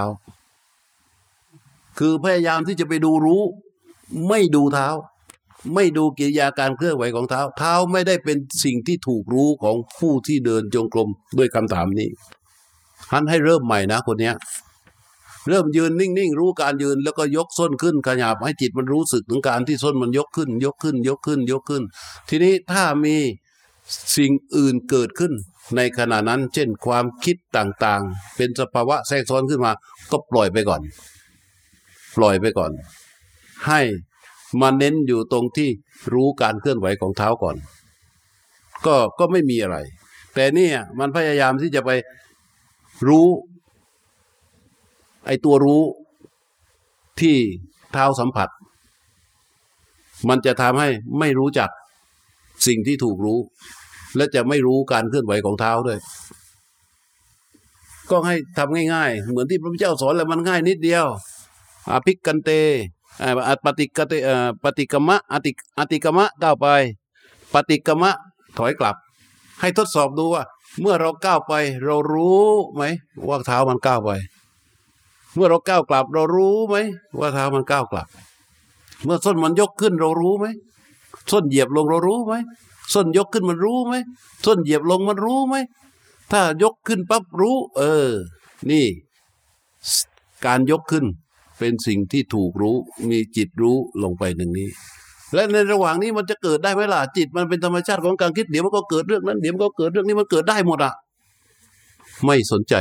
คือพยายามที่จะไปดูรู้ไม่ดูเท้าไม่ดูกิริยาการเคลื่อนไหวของเท้าเท้าไม่ได้เป็นสิ่งที่ถูกรู้ของผู้ที่เดินจงกรมด้วยคำถามนี้ท่านให้เริ่มใหม่นะคนเนี้ยเริ่มยืนนิ่งๆรู้การยืนแล้วก็ยกส้นขึ้นขยับให้จิตมันรู้สึกถึงการที่ส้นมันยกขึ้นยกขึ้นยกขึ้นยกขึ้นทีนี้ถ้ามีสิ่งอื่นเกิดขึ้นในขณะนั้นเช่นความคิดต่างๆเป็นสภาวะแทรกซ้อนขึ้นมาก็ปล่อยไปก่อนปล่อยไปก่อนให้มาเน้นอยู่ตรงที่รู้การเคลื่อนไหวของเท้าก่อนก็ก็ไม่มีอะไรแต่เนี่ยมันพยายามที่จะไปรู้ไอ้ตัวรู้ที่เท้าสัมผัสมันจะทำให้ไม่รู้จักสิ่งที่ถูกรู้และจะไม่รู้การเคลื่อนไหวของเท้าด้วยก็ให้ทำง่ายๆเหมือนที่พระพุทธเจ้าสอนแหละมันง่ายนิดเดียวอภิกกันเตปฏิกเตปฏิกมะอติอติกมะก้าวไปปฏิกมะถอยกลับให้ทดสอบดูว่าเมื่อเราก้าวไปเรารู้ไหมว่าเท้ามันก้าวไปเมื่อเราก้าวกลับเรารู้ไหมว่าเท้ามันก้าวกลับเมื่อส้นมันยกขึ้นเรารู้ไหมส้นเหยียบลงเรารู้ไหมส้นยกขึ้นมันรู้ไหมส้นเหยียบลงมันรู้ไหมถ้ายกขึ้นปั๊บรู้เออนี่การยกขึ้นเป็นสิ่งที่ถูกรู้มีจิตรู้ลงไปหนึ่งนี้และในระหว่างนี้มันจะเกิดได้ไหมล่ะจิตมันเป็นธรรมชาติของการคิดเดี๋ยวมันก็เกิดเรื่องนั้นเดี๋ยวมันก็เกิดเรื่องนี้มันเกิดได้หมดอ่ะไม่สนใจ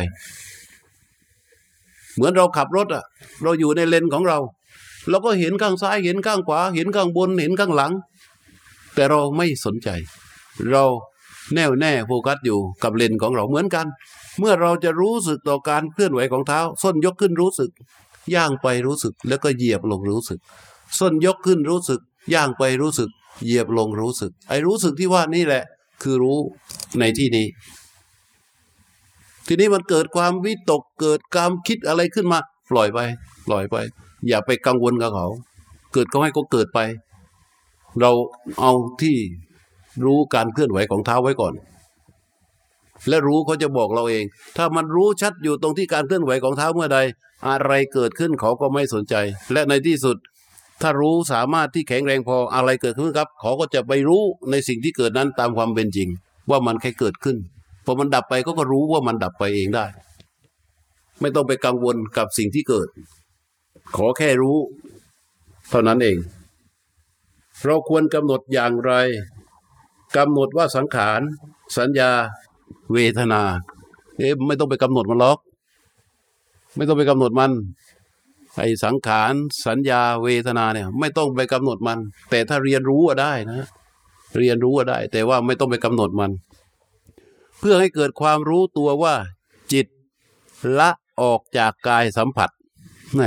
เหมือนเราขับรถอ่ะเราอยู่ในเลนของเราเราก็เห็นข้างซ้ายเห็นข้างขวาเห็นข้างบนเห็นข้างหลังแต่เราไม่สนใจเราแน่วแน่โฟกัสอยู่กับเลนของเราเหมือนกันเมื่อเราจะรู้สึกต่อการเคลื่อนไหวของเท้าส้นยกขึ้นรู้สึกย่างไปรู้สึกแล้วก็เหยียบลงรู้สึกส้นยกขึ้นรู้สึกย่างไปรู้สึกเหยียบลงรู้สึกไอ้รู้สึกที่ว่านี่แหละคือรู้ในที่นี้ทีนี้มันเกิดความวิตกเกิดการคิดอะไรขึ้นมาปล่อยไปปล่อยไปอย่าไปกังวลกับเขาเกิดก็ให้ก็เกิดไปเราเอาที่รู้การเคลื่อนไหวของเท้าไว้ก่อนและรู้เขาจะบอกเราเองถ้ามันรู้ชัดอยู่ตรงที่การเคลื่อนไหวของเท้าเมื่อใดอะไรเกิดขึ้นเขาก็ไม่สนใจและในที่สุดถ้ารู้สามารถที่แข็งแรงพออะไรเกิดขึ้นครับเขาก็จะไปรู้ในสิ่งที่เกิดนั้นตามความเป็นจริงว่ามันแค่เกิดขึ้นพอมันดับไปก็ก็รู้ว่ามันดับไปเองได้ไม่ต้องไปกังวลกับสิ่งที่เกิดขอแค่รู้เท่านั้นเองเราควรกำหนดอย่างไรกำหนดว่าสังขารสัญญาเวทนาเอ๊ะไม่ต้องไปกำหนดมันหรอกไม่ต้องไปกำหนดมันไอ้สังขารสัญญาเวทนาเนี่ยไม่ต้องไปกำหนดมันแต่ถ้าเรียนรู้ก็ได้นะเรียนรู้ก็ได้แต่ว่าไม่ต้องไปกำหนดมันเพื่อให้เกิดความรู้ตัวว่าจิตละออกจากกายสัมผัสแหม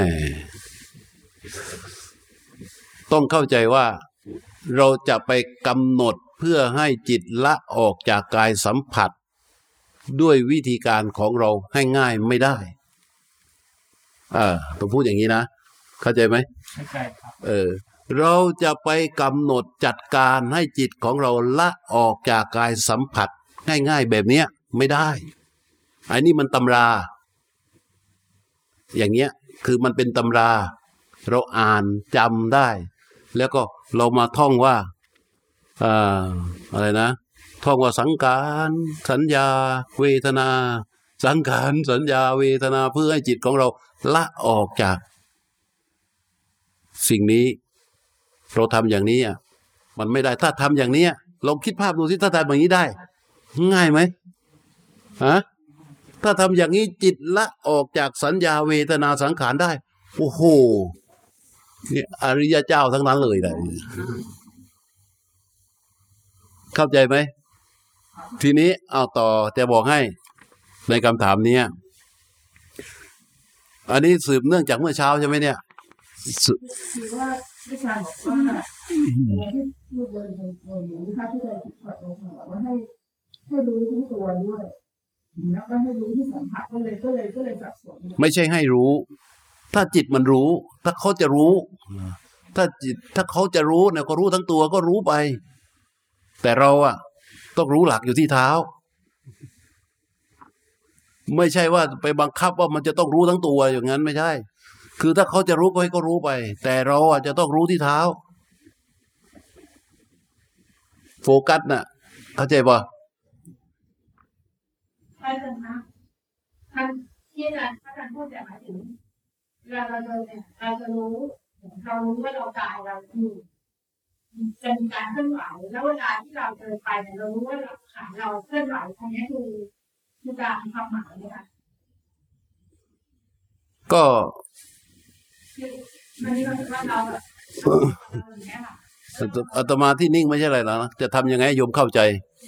ต้องเข้าใจว่าเราจะไปกำหนดเพื่อให้จิตละออกจากกายสัมผัสด้วยวิธีการของเราให้ง่ายไม่ได้อ่าต้องพูดอย่างนี้นะเข้าใจไหมเข้าใจครับเออเราจะไปกำหนดจัดการให้จิตของเราละออกจากกายสัมผัสง่ายๆแบบเนี้ยไม่ได้อันนี้มันตำราอย่างเงี้ยคือมันเป็นตำราเราอ่านจำได้แล้วก็เรามาท่องว่าอ่าอะไรนะท่องว่าสังขารสัญญาเวทนาสังขารสัญญาเวทนาเพื่อให้จิตของเราละออกจากสิ่งนี้เราทำอย่างนี้อ่ะมันไม่ได้ถ้าทำอย่างนี้ลองคิดภาพดูสิถ้าทำอย่างนี้ได้ง่ายไหมฮะถ้าทำอย่างนี้จิตละออกจากสัญญาเวทนาสังขารได้โอ้โหนี่อริยเจ้าทั้งนั้นเลยนะเข้าใจไหมทีนี้เอาต่อจะบอกให้ในคำถามนี้อันนี้สืบเนื่องจากเมื่อเช้าใช่ไหมเนี่ยคือว่าวิชาบอกว่าที่พูดเดินเดินถ้าที่เราติดขัดเราบอกว่าให้ให้รู้ทั้งตัวด้วยแล้วก็ให้รู้ที่สัมผัสก็เลยก็เลยก็เลยสับสนไม่ใช่ให้รู้ถ้าจิตมันรู้ถ้าเขาจะรู้ถ้าจิตถ้าเขาจะรู้เนี่ยก็รู้ทั้งตัวก็รู้ไปแต่เราอะต้องรู้หลักอยู่ที่เท้าไม่ใช่ว่าไปบังคับว่ามันจะต้องรู้ทั้งตัวอย่างนั้นไม่ใช่คือถ้าเขาจะรู้ก็ให้เขารู้ไปแต่เราอะจะต้องรู้ที่เท้าโฟกัสน่ะเข้าใจป่ะใช่เลยนะท่านที่อาจารย์ท่านพูดแต่หมายถึงเราเราเดินเนี่ยเราจะรู้เรารู้ว่าเรากายเราอยู่จะมีการเคลื่อนไหวแล้วเวลาที่เราเดินไปเนี่ยเรารู้ว่าเราขาเราเคลื่อนไหวตรงนี้คือคือการความหมายนะคะก็มันนี่เราว่าเราแบบอย่างเงี้ยค่ะอาตมาที่นิ่งไม่ใช่อะไรหรอกนะจะทำยังไงโยมเข้าใจ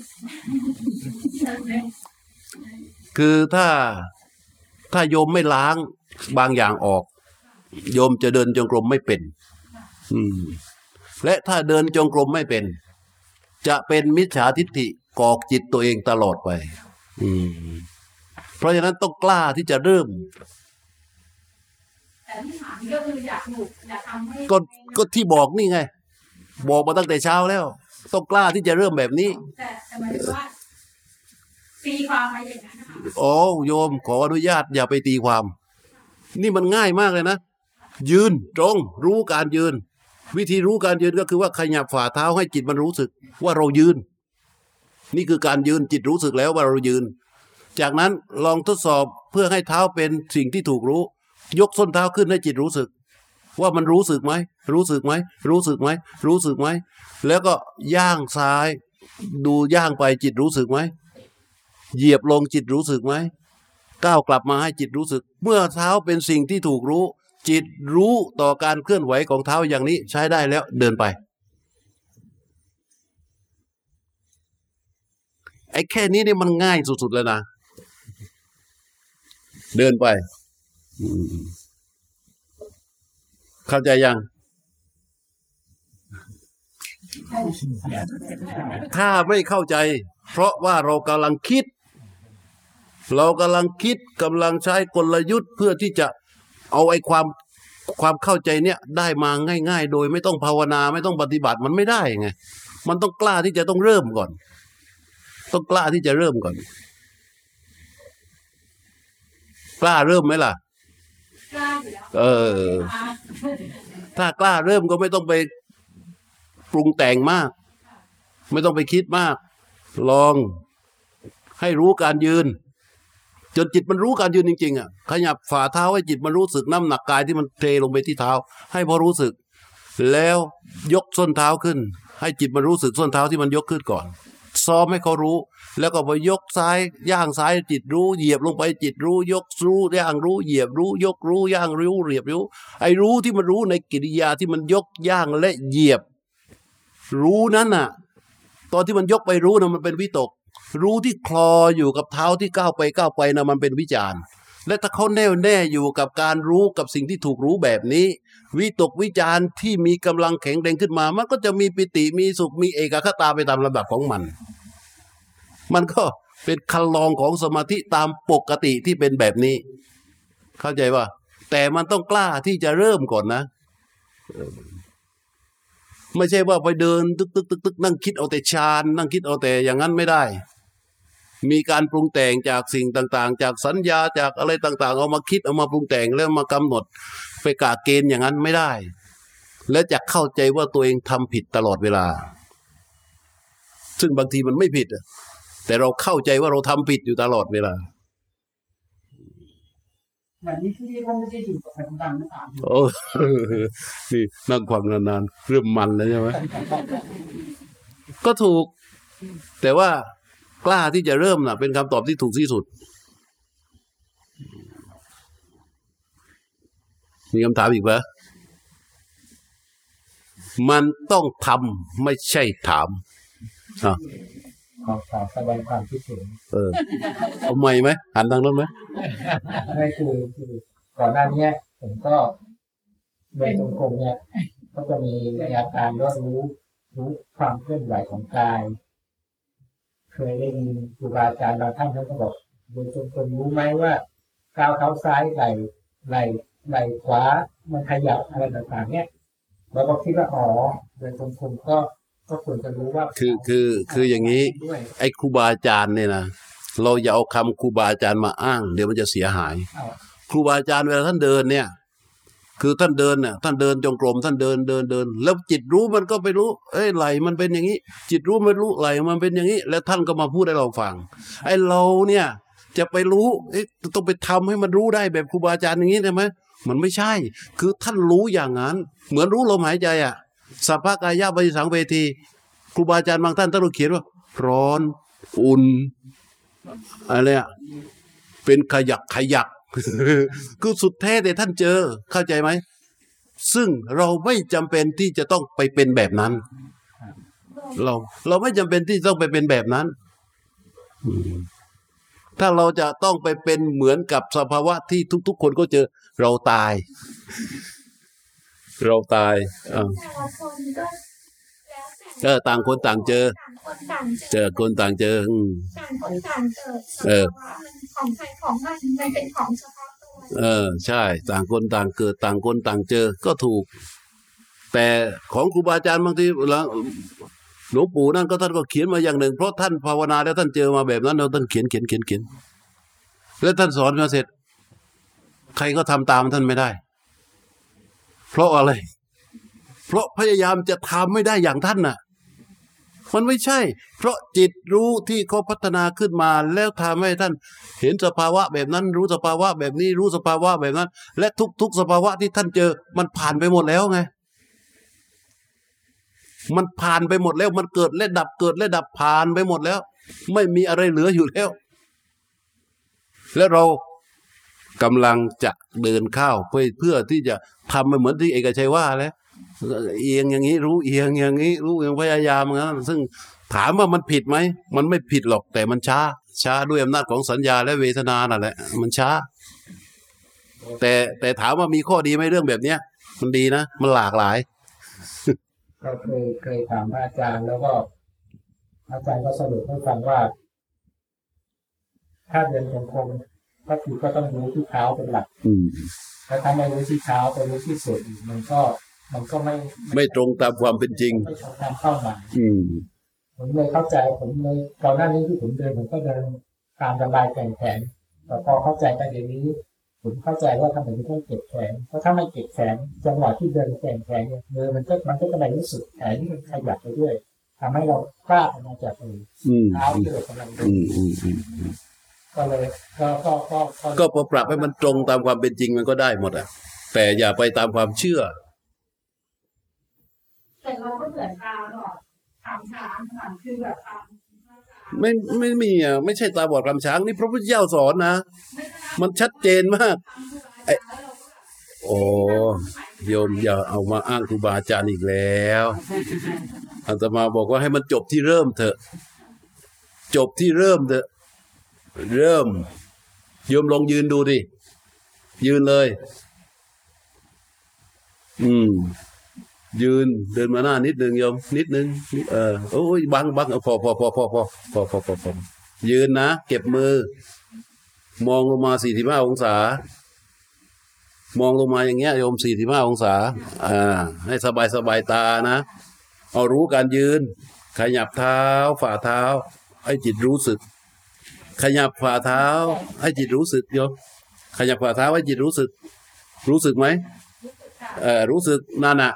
คือถ้าถ้าโยมไม่ล้างบางอย่างออกโยมจะเดินจงกรมไม่เป็นอืมและถ้าเดินจงกรมไม่เป็นจะเป็นมิจฉาทิฏฐิกอกจิตตัวเองตลอดไปอืมเพราะฉะนั้นต้องกล้าที่จะเริ่มแต่ที่ถามก็คืออยากถูกอยากทำให้ก็ก็ที่บอกนี่ไงบอกมาตั้งแต่เช้าแล้วต้องกล้าที่จะเริ่มแบบนี้แต่แต่หมายถึงว่าตีความมาอย่างนั้นนะคะอ๋อโยมขออนุญาตอย่าไปตีความนี่มันง่ายมากเลยนะยืนตรงรู้การยืนวิธีรู้การยืนก็คือว่าขยับฝ่าเท้าให้จิตมันรู้สึกว่าเรายืนนี่คือการยืนจิตรู้สึกแล้วว่าเรายืนจากนั้นลองทดสอบเพื่อให้เท้าเป็นสิ่งที่ถูกรู้ยกส้นเท้าขึ้นให้จิตรู้สึกว่ามันรู้สึกไหมรู้สึกไหมรู้สึกไหมรู้สึกไหมแล้วก็ย่างซ้ายดูย่างไปจิตรู้สึกไหมเหยียบลงจิตรู้สึกไหมก้าวกลับมาให้จิตรู้สึกเมื่อเท้าเป็นสิ่งที่ถูกรู้จิตรู้ต่อการเคลื่อนไหวของเท้าอย่างนี้ใช้ได้แล้วเดินไปอ้แค่นี้เนี่ยมันง่ายสุดๆเลยนะเดินไปเข้าใจยังถ้าไม่เข้าใจเพราะว่าเรากำลังคิดเรากำลังคิดกำลังใช้กลยุทธ์เพื่อที่จะเอาไอ้ความความเข้าใจเนี่ยได้มาง่ายๆโดยไม่ต้องภาวนาไม่ต้องปฏิบัติมันไม่ได้ไงมันต้องกล้าที่จะต้องเริ่มก่อนต้องกล้าที่จะเริ่มก่อนกล้าเริ่มไหมล่ะกล้าอยู่แล้วเออ ถ้ากล้าเริ่มก็ไม่ต้องไปปรุงแต่งมากไม่ต้องไปคิดมากลองให้รู้การยืนจนจิตมันรู้การยืนจริงๆอ่ะขยับฝ่าเท้าให้จิตมันรู้สึกน้ำหนักกายที่มันเทลงไปที่เท้าให้พอรู้สึกแล้วยกส้นเท้าขึ้นให้จิตมันรู้สึกส้นเท้าที่มันยกขึ้นก่อนซ้อมให้เขารู้แล้วก็พอยกซ้ายย่างซ้ายจิตรู้เหยียบลงไปจิตรู้ยกรู้ย่างรู้เหยียบรู้ยกรู้ย่างรู้เหยียบรู้ไอ้รู้ที่มันรู้ในกิริยาที่มันยกย่างและเหยียบรู้นั้นน่ะตอนที่มันยกไปรู้นะมันเป็นวิตกรู้ที่คลออยู่กับเท้าที่ก้าวไปก้าวไปนะมันเป็นวิจารณ์และถ้าเขาแน่วแน่อยู่กับการรู้กับสิ่งที่ถูกรู้แบบนี้วิตกวิจารณ์ที่มีกำลังแข็งแรงขึ้นมามันก็จะมีปิติมีสุขมีเอกคตาไปตามลำดับของมันมันก็เป็นคันลองของสมาธิตามปกติที่เป็นแบบนี้เข้าใจว่าแต่มันต้องกล้าที่จะเริ่มก่อนนะไม่ใช่ว่าไปเดินตึกตึกตึกตึกนั่งคิดเอาแต่ฌานนั่งคิดเอาแต่อย่างนั้นไม่ได้มีการปรุงแต่งจากสิ่งต่างๆจากสัญญาจากอะไรต่างๆเอามาคิดเอามาปรุงแต่งแล้วมากำหนดไปกะเกณฑ์อย่างนั้นไม่ได้และจะเข้าใจว่าตัวเองทำผิดตลอดเวลาซึ่งบางทีมันไม่ผิดแต่เราเข้าใจว่าเราทำผิดอยู่ตลอดเวลาแบบนี้ที่เรียกว่าไม่ได้อยู่กับปัจจุบันหรือเปล่าโอ้นี่นั่งความนานๆเริ่มมันแล้วใช่ไหมก็ถูกแต่ว่ากล้าที่จะเริ่มน่ะเป็นคำตอบที่ถูกที่สุดมีคำถามอีกปะมันต้องทำไม่ใช่ถามอ่ะขอขอแสดงความคิดเห็นเออเอาใหม่ไหมหันทางนั้นไหมไม่คือคือก่อนหน้านี้ผมก็เดินจงกรมเนี่ยก็จะมีอาการว่ารู้รู้ความเคลื่อนไหวของกายเคยได้ยินครูบาอาจารย์บางท่านเขาก็บอกเดินจงกรมรู้ไหมว่าก้าวเท้าซ้ายไหล่ไหล่ไหล่ขวามันขยับอะไรต่างๆเนี่ยเราก็คิดว่าอ๋อเดินจงกรมก็ก็ควรจะรู้ว่าคือคือคืออย่างนี้ไอ้ครูบาอาจารย์เนี่ยนะเราอย่าเอาคำครูบาอาจารย์มาอ้างเดี๋ยวมันจะเสียหายครูบาอาจารย์เวลาท่านเดินเนี่ยคือท่านเดินเนี่ยท่านเดินจงกรมท่านเดินเดินเดินแล้วจิตรู้มันก็ไปรู้เอ้ยไหลมันเป็นอย่างนี้จิตรู้ไม่รู้ไหลมันเป็นอย่างนี้แล้วท่านก็มาพูดให้เราฟังไอ้เราเนี่ยจะไปรู้เอ๊ะต้องไปทำให้มันรู้ได้แบบครูบาอาจารย์อย่างนี้ได้ไหมมันไม่ใช่คือท่านรู้อย่างนั้นเหมือนรู้ลมหายใจอ่ะสัพพกายะปฏิสังเวทีครูบาอาจารย์บางท่านท่านเขียนว่าร้อนอุ่นอะไรอ่ะเป็นขยักขยักคือสุดแท้แต่ท่านเจอเข้าใจไหมซึ่งเราไม่จำเป็นที่จะต้องไปเป็นแบบนั้นเราเราไม่จำเป็นที่ต้องไปเป็นแบบนั้นถ้าเราจะต้องไปเป็นเหมือนกับสภาวะที่ทุกๆคนก็เจอเราตายเราตายอ่าเออต่างคนต่างเจอเจอคนต่างเจอต่างคนต่างเกิดเออของใครของมันมันเป็นของเฉพาะตัวเออใช่ต่างคนต่างเกิดต่างคนต่างเจอก็ถูกแต่ของครูบาอาจารย์บางทีหลวงปู่นั่นก็ท่านก็เขียนมาอย่างหนึ่งเพราะท่านภาวนาแล้วท่านเจอมาแบบนั้นแล้วท่านเขียนเขียนเขียนเขียนแล้วท่านสอนมาเสร็จใครก็ทำตามท่านไม่ได้เพราะอะไรเพราะพยายามจะทำไม่ได้อย่างท่านน่ะมันไม่ใช่เพราะจิตรู้ที่เขาพัฒนาขึ้นมาแล้วทำให้ท่านเห็นสภาวะแบบนั้นรู้สภาวะแบบนี้รู้สภาวะแบบนั้นและทุกๆสภาวะที่ท่านเจอมันผ่านไปหมดแล้วไงมันผ่านไปหมดแล้วมันเกิดและดับเกิดและดับผ่านไปหมดแล้วไม่มีอะไรเหลืออยู่แล้วและเรากำลังจะเดินเข้าเพื่อเพื่อที่จะทำเหมือนที่เอกชัยว่าแล้วเอียงอย่างนี้รู้เอียงอย่างนี้รู้อย่างพยายามนะซึ่งถามว่ามันผิดไหมมันไม่ผิดหรอกแต่มันช้าช้าด้วยอำนาจของสัญญาและเวทนานั่นแหละมันช้าแต่แต่ถามว่ามีข้อดีไหมเรื่องแบบเนี้ยมันดีนะมันหลากหลายก็เคยเคยถามอาจารย์แล้วก็อาจารย์ก็สรุปให้ฟังว่าถ้าเดินจงกรมก็คือก็ต้องรู้ที่เท้าเป็นหลักแล้วถ้าไม่รู้ที่เท้าไปรู้ที่ส่วนอื่นมันก็มันก็ไม่ไม่ตรงตามความเป็นจริงไม่ตรงตามเป้าหมายผมเลยเข้าใจผมเลยตอนหน้านี้ที่ผมเดินผมก็เดินตามสบายแข็งแข็งแต่พอเข้าใจประเด็นนี้ผมเข้าใจว่าทำไมต้องเก็บแขนเพราะถ้าไม่เก็บแขนจังหวะที่เดินแข็งแข็งเนี่ยมือมันก็มันก็จะไปรู้สึกแขนที่มันขยับไปด้วยทำให้เรากล้าออกมาจากมือเท้าที่เรากำลังเดินก็เลยก็ก็ก็ก็พอปรับให้มันตรงตามความเป็นจริงมันก็ได้หมดอ่ะแต่อย่าไปตามความเชื่อแต่เราก็เหมือนตาบอดทำช้างค่ะคือแบบทำไม่ไม่มีอ่ะไม่ใช่ตาบอดคำช้างนี่พระพุทธเจ้าสอนนะมันชัดเจนมากไอ้โอ้โยมอย่าเอามาอ้างครูบาอาจารย์อีกแล้วอาตมาบอกว่าให้มันจบที่เริ่มเถอะจบที่เริ่มเถอะเริ่มโยมลองยืนดูดิยืนเลยอืมยืนเดินมาหน้านิดนึงโยมนิดนึงเออโอ้ยบังบังพอพอพอพอพอพอพอพอพอยืนนะเก็บมือมองลงมาสี่สิบห้าองศามองลงมาอย่างเงี้ยโยมสี่สิบห้าองศาอ่าให้สบายสบายตานะเอารู้การยืนขยับเท้าฝ่าเท้าให้จิตรู้สึกขยับฝ่าเท้าให้จิตรู้สึกโยมขยับฝ่าเท้าให้จิตรู้สึกรู้สึกไหมเออรู้สึกนั่นน่ะ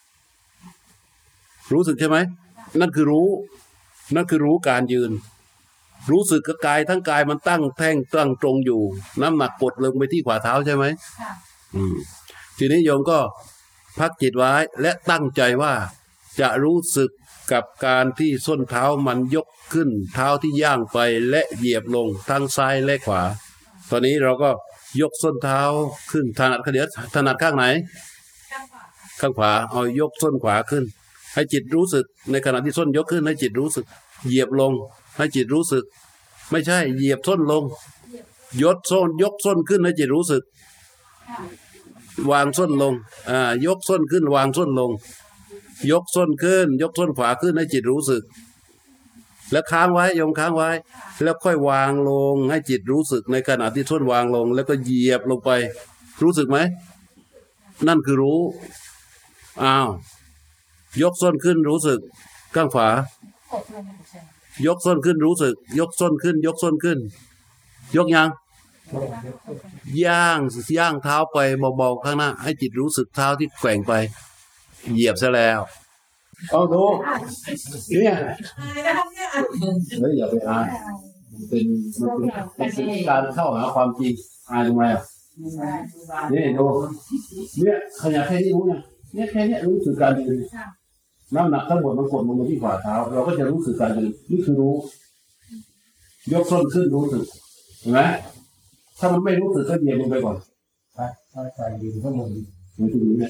รู้สึกใช่ไหมนั่นคือรู้นั่นคือรู้การยืนรู้สึกกับกายทั้งกายมันตั้งแท่งตั้งตรงอยู่น้ำหนักกดลงไปที่ขวาเท้าใช่ไหมอืมทีนี้โยมก็พักจิตไว้และตั้งใจว่าจะรู้สึกกับการที่ส้นเท้ามันยกขึ้นเท้าที่ย่างไปและเหยียบลงทั้งซ้ายและขวาตอนนี้เราก็ยกส้นเท้าขึ้นถนัดเดี๋ยวถนัดข้างไหนข้างขวาเอายกส้นขวาขึ้นให้จิตรู้สึกในขณะที่ส้นยกขึ้นให้จิตรู้สึกเหยียบลงให้จิตรู้สึกไม่ใช่เหยียบส้นลงยกส้นยกส้นขึ้นให้จิตรู้สึกวางส้นลงอ่ายกส้นขึ้นวางส้นลงยกส้นขึ้นยกส้นขวาขึ้นให้จิตรู้สึกแล้วค้างไว้ยงค้างไว้แล้วค่อยวางลงให้จิตรู้สึกในขณะที่ส้นวางลงแล้วก็เหยียบลงไปรู้สึกไหมนั่นคือรู้อ้าวยกส้นขึ้นรู้สึกข้างขวายกส้นขึ้นรู้สึกยกส้นขึ้นยกส้นขึ้นยกยังย่างย่างเท้าไปเบาๆข้างหน้าให้จิตรู้สึกเท้าที่แกว่งไปเหยียบซะแล้วเอาดูเนี่ยเฮ้ยอย่าไปอายมันเป็นมันเป็นการเข้าหาความจริงอายทำไมอ่ะนี่ดูเนี่ยขยับแค่นี้รู้เนี่ยเนี่ยแค่นี้รู้สึกการยืนน้ำหนักทั้งหมดมันกดลงมาที่ฝ่าเท้าเราก็จะรู้สึกการยืนนี่คือรู้ยกส้นขึ้นรู้สึกเห็นไหมถ้ามันไม่รู้สึกก็เหยียบลงไปก่อนถ้าใจยืนก็ลงมันจะดูเนี่ย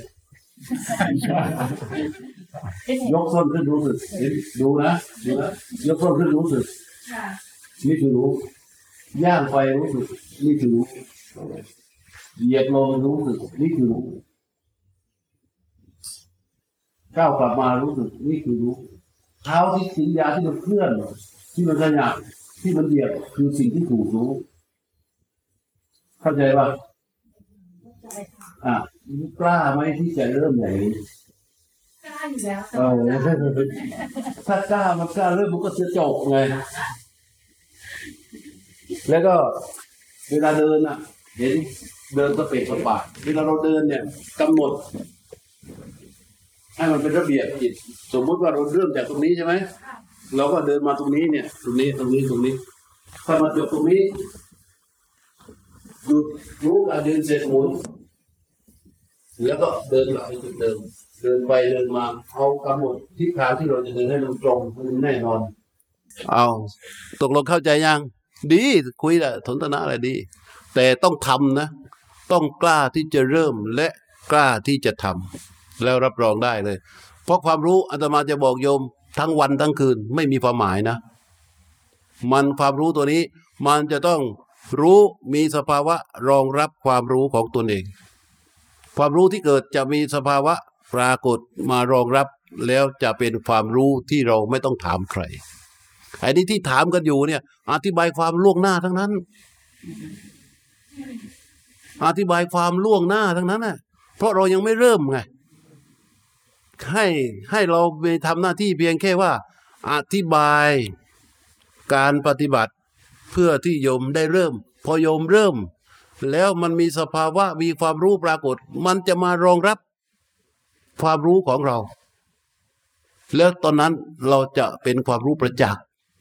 ยกส้นขึ้นรู้สึกดูนะดูนะยกส้นขึ้นรู้สึกนี่คือรู้ย่างไปรู้สึกนี่คือรู้เหยียบลงรู้สึกนี่คือรู้ก้าวกลับมารู้สึกนี่คือรู้เท้าที่สิญญาที่มันเคลื่อนที่มันขยับที่มันเหยียบคือสิ่งที่ถูกรู้เข้าใจป่ะอ่ะกล้าไหมที่จะเริ่มอย่างนี้กล้าอยู่แล้วเออถ้ากล้ามันกล้าเริ่มมันก็จะจบไงแล้วก็เวลาเดินอ่ะเห็นเดินสเปะสปะเวลาเราเดินเนี่ยกำหนดให้มันเป็นระเบียบจิตสมมติว่าเราเริ่มจากตรงนี้ใช่ไหมเราก็เดินมาตรงนี้เนี่ยตรงนี้ตรงนี้ตรงนี้ถ้ามาจบตรงนี้หยุดรู้การเดินเสร็จหมุนแล้วก็เดินหลังไปจุดเดิมเดินไปเดินมาเอากำหนดทิศทางที่เราจะเดินให้มันตรงมันแน่นอนเอาตกลงเข้าใจยังดีคุยแหละสนทนาอะไรดีแต่ต้องทำนะต้องกล้าที่จะเริ่มและกล้าที่จะทแล้วรับรองได้เลย เพราะความรู้อาตมาจะบอกโยมทั้งวันทั้งคืนไม่มีความหมายนะมันความรู้ตัวนี้มันจะต้องรู้มีสภาวะรองรับความรู้ของตนเองความรู้ที่เกิดจะมีสภาวะปรากฏมารองรับแล้วจะเป็นความรู้ที่เราไม่ต้องถามใครไอ้นี่ที่ถามกันอยู่เนี่ยอธิบายความล่วงหน้าทั้งนั้นอธิบายความล่วงหน้าทั้งนั้นน่ะเพราะเรายังไม่เริ่มไงให้ให้เราไปทำหน้าที่เพียงแค่ว่าอธิบายการปฏิบัติเพื่อที่โยมได้เริ่มพอโยมเริ่มแล้วมันมีสภาวะมีความรู้ปรากฏมันจะมารองรับความรู้ของเราแล้วตอนนั้นเราจะเป็นความรู้ประจักษ์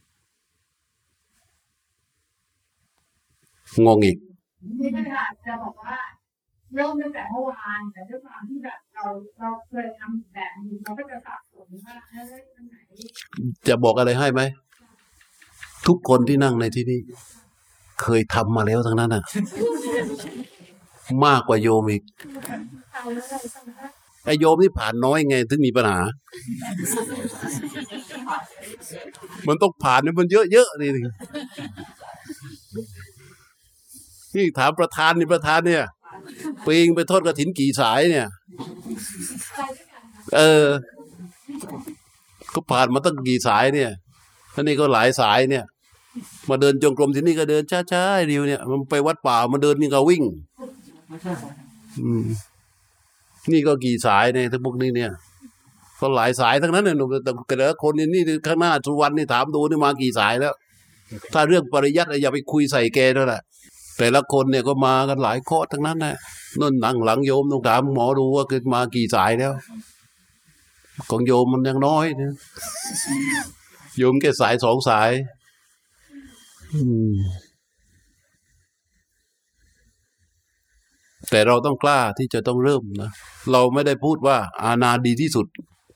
งงอีกนี่ก็จะบอกว่าเริ่มตั้งแต่เมื่อวานแต่ด้วยความที่แบบเราเราเคยทำแบบนี้เราก็จะสับสนว่าเอออันไหนจะบอกอะไรให้ไหมทุกคนที่นั่งในที่นี้เคยทำมาแล้วทั้งนั้นน่ะมากกว่าโยมอีกไอโยมนี่ผ่านน้อยไงถึงมีปัญหามันต้องผ่านเนี่ยมันเยอะๆนี่นี่ถามประธานนี่ประธานเนี่ยปีงไปทอดกฐินกี่สายเนี่ยเออก็ผ่านมาตั้งกี่สายเนี่ยท่านี่ก็หลายสายเนี่ยมาเดินจงกรมที่นี่ก็เดินช้าๆเดียวเนี่ยมันไปวัดป่ามาเดินนี่ก็วิ่งอืมนี่ก็กี่สายเนี่ยทั้งพวกนี้เนี่ยก็หลายสายทั้งนั้นเนี่ยแต่ละคนนี่ข้างหน้าสุวรรณนี่ถามดูนี่มากี่สายแล้วถ้าเรื่องปริยัติอย่าไปคุยใส่แกนั่นแหละแต่ละคนเนี่ยก็มากันหลายข้อทั้งนั้นนะนั่นนั่งหลังโยมต้องถามหมอดูว่าเกิดมากี่สายแล้วของโยมมันยังน้อยนะโยมแค่สายสองสายแต่เราต้องกล้าที่จะต้องเริ่มนะเราไม่ได้พูดว่าอาณาดีที่สุด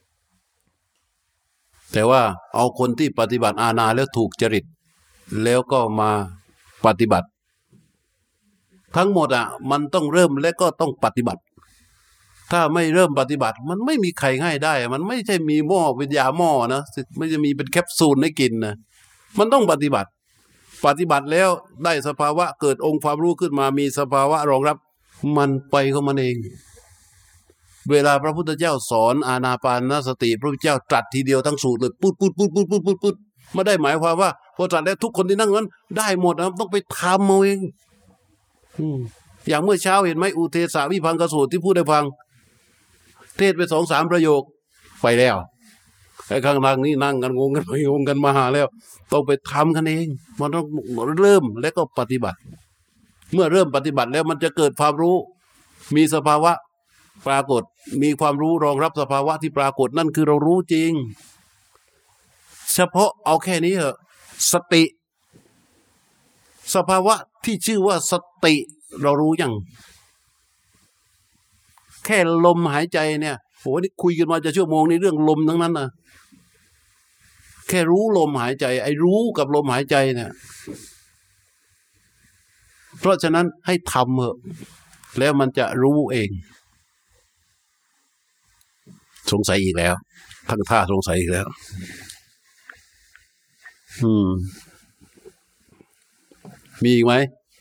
แต่ว่าเอาคนที่ปฏิบัติอาณาแล้วถูกจริตแล้วก็มาปฏิบัติทั้งหมดอ่ะมันต้องเริ่มและก็ต้องปฏิบัติถ้าไม่เริ่มปฏิบัติมันไม่มีใครง่ายได้มันไม่ใช่มีหม้อวิทยาหม้อนะไม่จะมีเป็นแคปซูลให้กินนะมันต้องปฏิบัติปฏิบัติแล้วได้สภาวะเกิดองค์ความรู้ขึ้นมามีสภาวะรองรับมันไปของมันเองเวลาพระพุทธเจ้าสอนอานาปานสติพระพุทธเจ้าตรัสทีเดียวทั้งสูตรเลยปุ๊ดปุ๊ดปุ๊ดปุ๊ดปุ๊ดปุ๊ดปุ๊ดไม่ได้หมายความว่าพอตรัสแล้วทุกคนที่นั่งนั้นได้หมดนะต้องไปทำเอาเองอย่างเมื่อเช้าเห็นไหมอุเทสาวิพังกสูตรที่พูดให้ฟังเทศไปสองสามประโยคไปแล้วไอ้ข้างล่างนี่นั่งกันงงกันไปงงกันมาหาแล้วต้องไปทำกันเองมันต้องเริ่มแล้วก็ปฏิบัติเมื่อเริ่มปฏิบัติแล้วมันจะเกิดความรู้มีสภาวะปรากฏมีความรู้รองรับสภาวะที่ปรากฏนั่นคือเรารู้จริงเฉพาะเอาแค่นี้เหรอสติสภาวะที่ชื่อว่าสติเรารู้ยังแค่ลมหายใจเนี่ยโหนี่คุยกันมาจะชั่วโมงนี้เรื่องลมทั้งนั้นนะแค่รู้ลมหายใจไอ้รู้กับลมหายใจเนี่ยเพราะฉะนั้นให้ทำเถอะแล้วมันจะรู้เองสงสัยอีกแล้วทั้งท่าสงสัยอีกแล้วอืมมีอีกไหม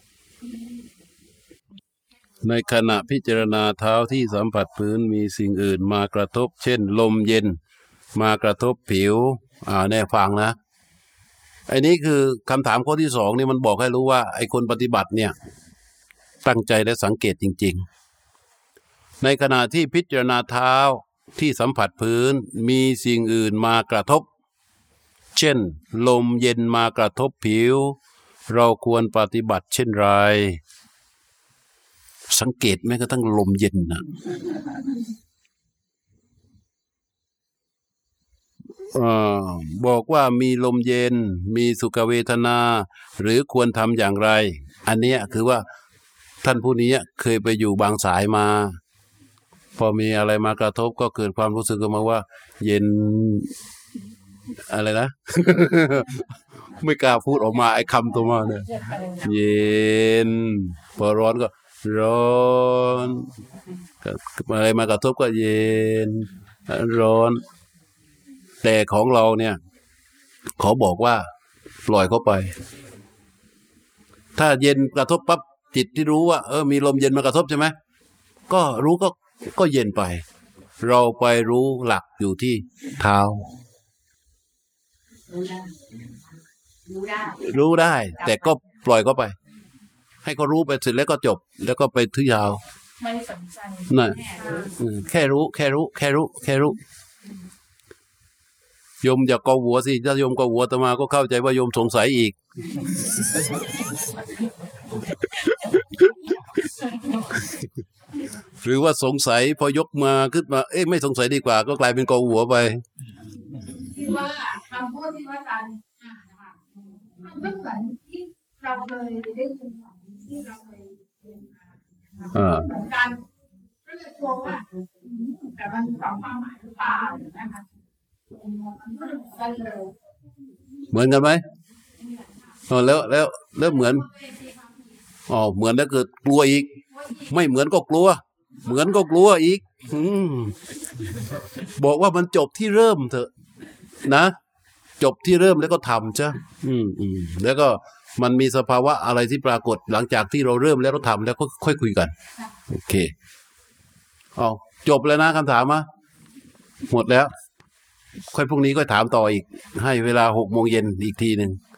ในขณะพิจารณาเท้าที่สัมผัสพื้นมีสิ่งอื่นมากระทบเช่นลมเย็นมากระทบผิวอ่าแน่ฟังนะไอ้นี้คือคำถามข้อที่สองนี่มันบอกให้รู้ว่าไอ้คนปฏิบัติเนี่ยตั้งใจและสังเกตจริงๆในขณะที่พิจารณาเท้าที่สัมผัสพื้นมีสิ่งอื่นมากระทบเช่นลมเย็นมากระทบผิวเราควรปฏิบัติเช่นไรสังเกตแม้กระทั่งลมเย็นนะอ่าบอกว่ามีลมเย็นมีสุขเวทนาหรือควรทำอย่างไรอันนี้คือว่าท่านผู้นี้เคยไปอยู่บางสายมาพอมีอะไรมากระทบก็เกิดความรู้สึกขึ้นมาว่าเย็นอะไรนะ ไม่กล้าพูดออกมาไอ้คำตัวมาเนี่ยเย็นพอร้อนก็ร้อนอะไรมากระทบก็เย็นร้อน แต่ของเราเนี่ยเขาบอกว่าปล่อยเขาไป ถ้าเย็นกระทบปั๊บจิตที่รู้ว่าเออมีลมเย็นมากระทบใช่ไหมก็รู้ก็ก็เย็นไป เราไปรู้หลักอยู่ที่เท้ารู้ได้รู้ได้รู้ได้ แต่ก็ปล่อยเขาไป ให้เขารู้ไปเสร็จแล้วก็จบ แล้วก็ไปที่ยาวไม่สนใจน่ะแค่รู้อืมแค่รู้ แค่รู้ แค่รู้ แค่รู้โยมอย่าเกาหัวสิถ้าโยมเกาหัวอาตมาก็เข้าใจว่าโยมสงสัยอีก หรือว่าสงสัยพอยกมาขึ้นมาเอ๊ะไม่สงสัยดีกว่า ก็กลายเป็นเกาหัวไปที่ว่าคำพูดที่ว่าการอ่านนะคะมันก็เหมือนที่เราเคยได้ยินของที่เราเคยเรียนมานะคะอ่าเหมือนกันก็เลยกลัวว่าอืมแต่มันสองความหมายหรือเปล่านะคะมันก็เหมือนกันเลยเหมือนกันไหมอ๋อแล้วแล้วแล้วเหมือนอ๋อเหมือนแล้วเกิดกลัวอีก ไม่เหมือนก็กลัว เหมือนก็กลัวอีก อืมบอกว่ามันจบที่เริ่มเถอะนะ จบที่เริ่มแล้วก็ทำใช่อืมอืมแล้วก็มันมีสภาวะอะไรที่ปรากฏหลังจากที่เราเริ่มแล้วเราทำแล้วก็ค่อยคุยกัน โอเคเอาจบแล้วนะคำถามอะหมดแล้ว ค่อยพรุ่งนี้ก็ถามต่ออีก ให้เวลาหกโมงเย็นอีกทีหนึ่ง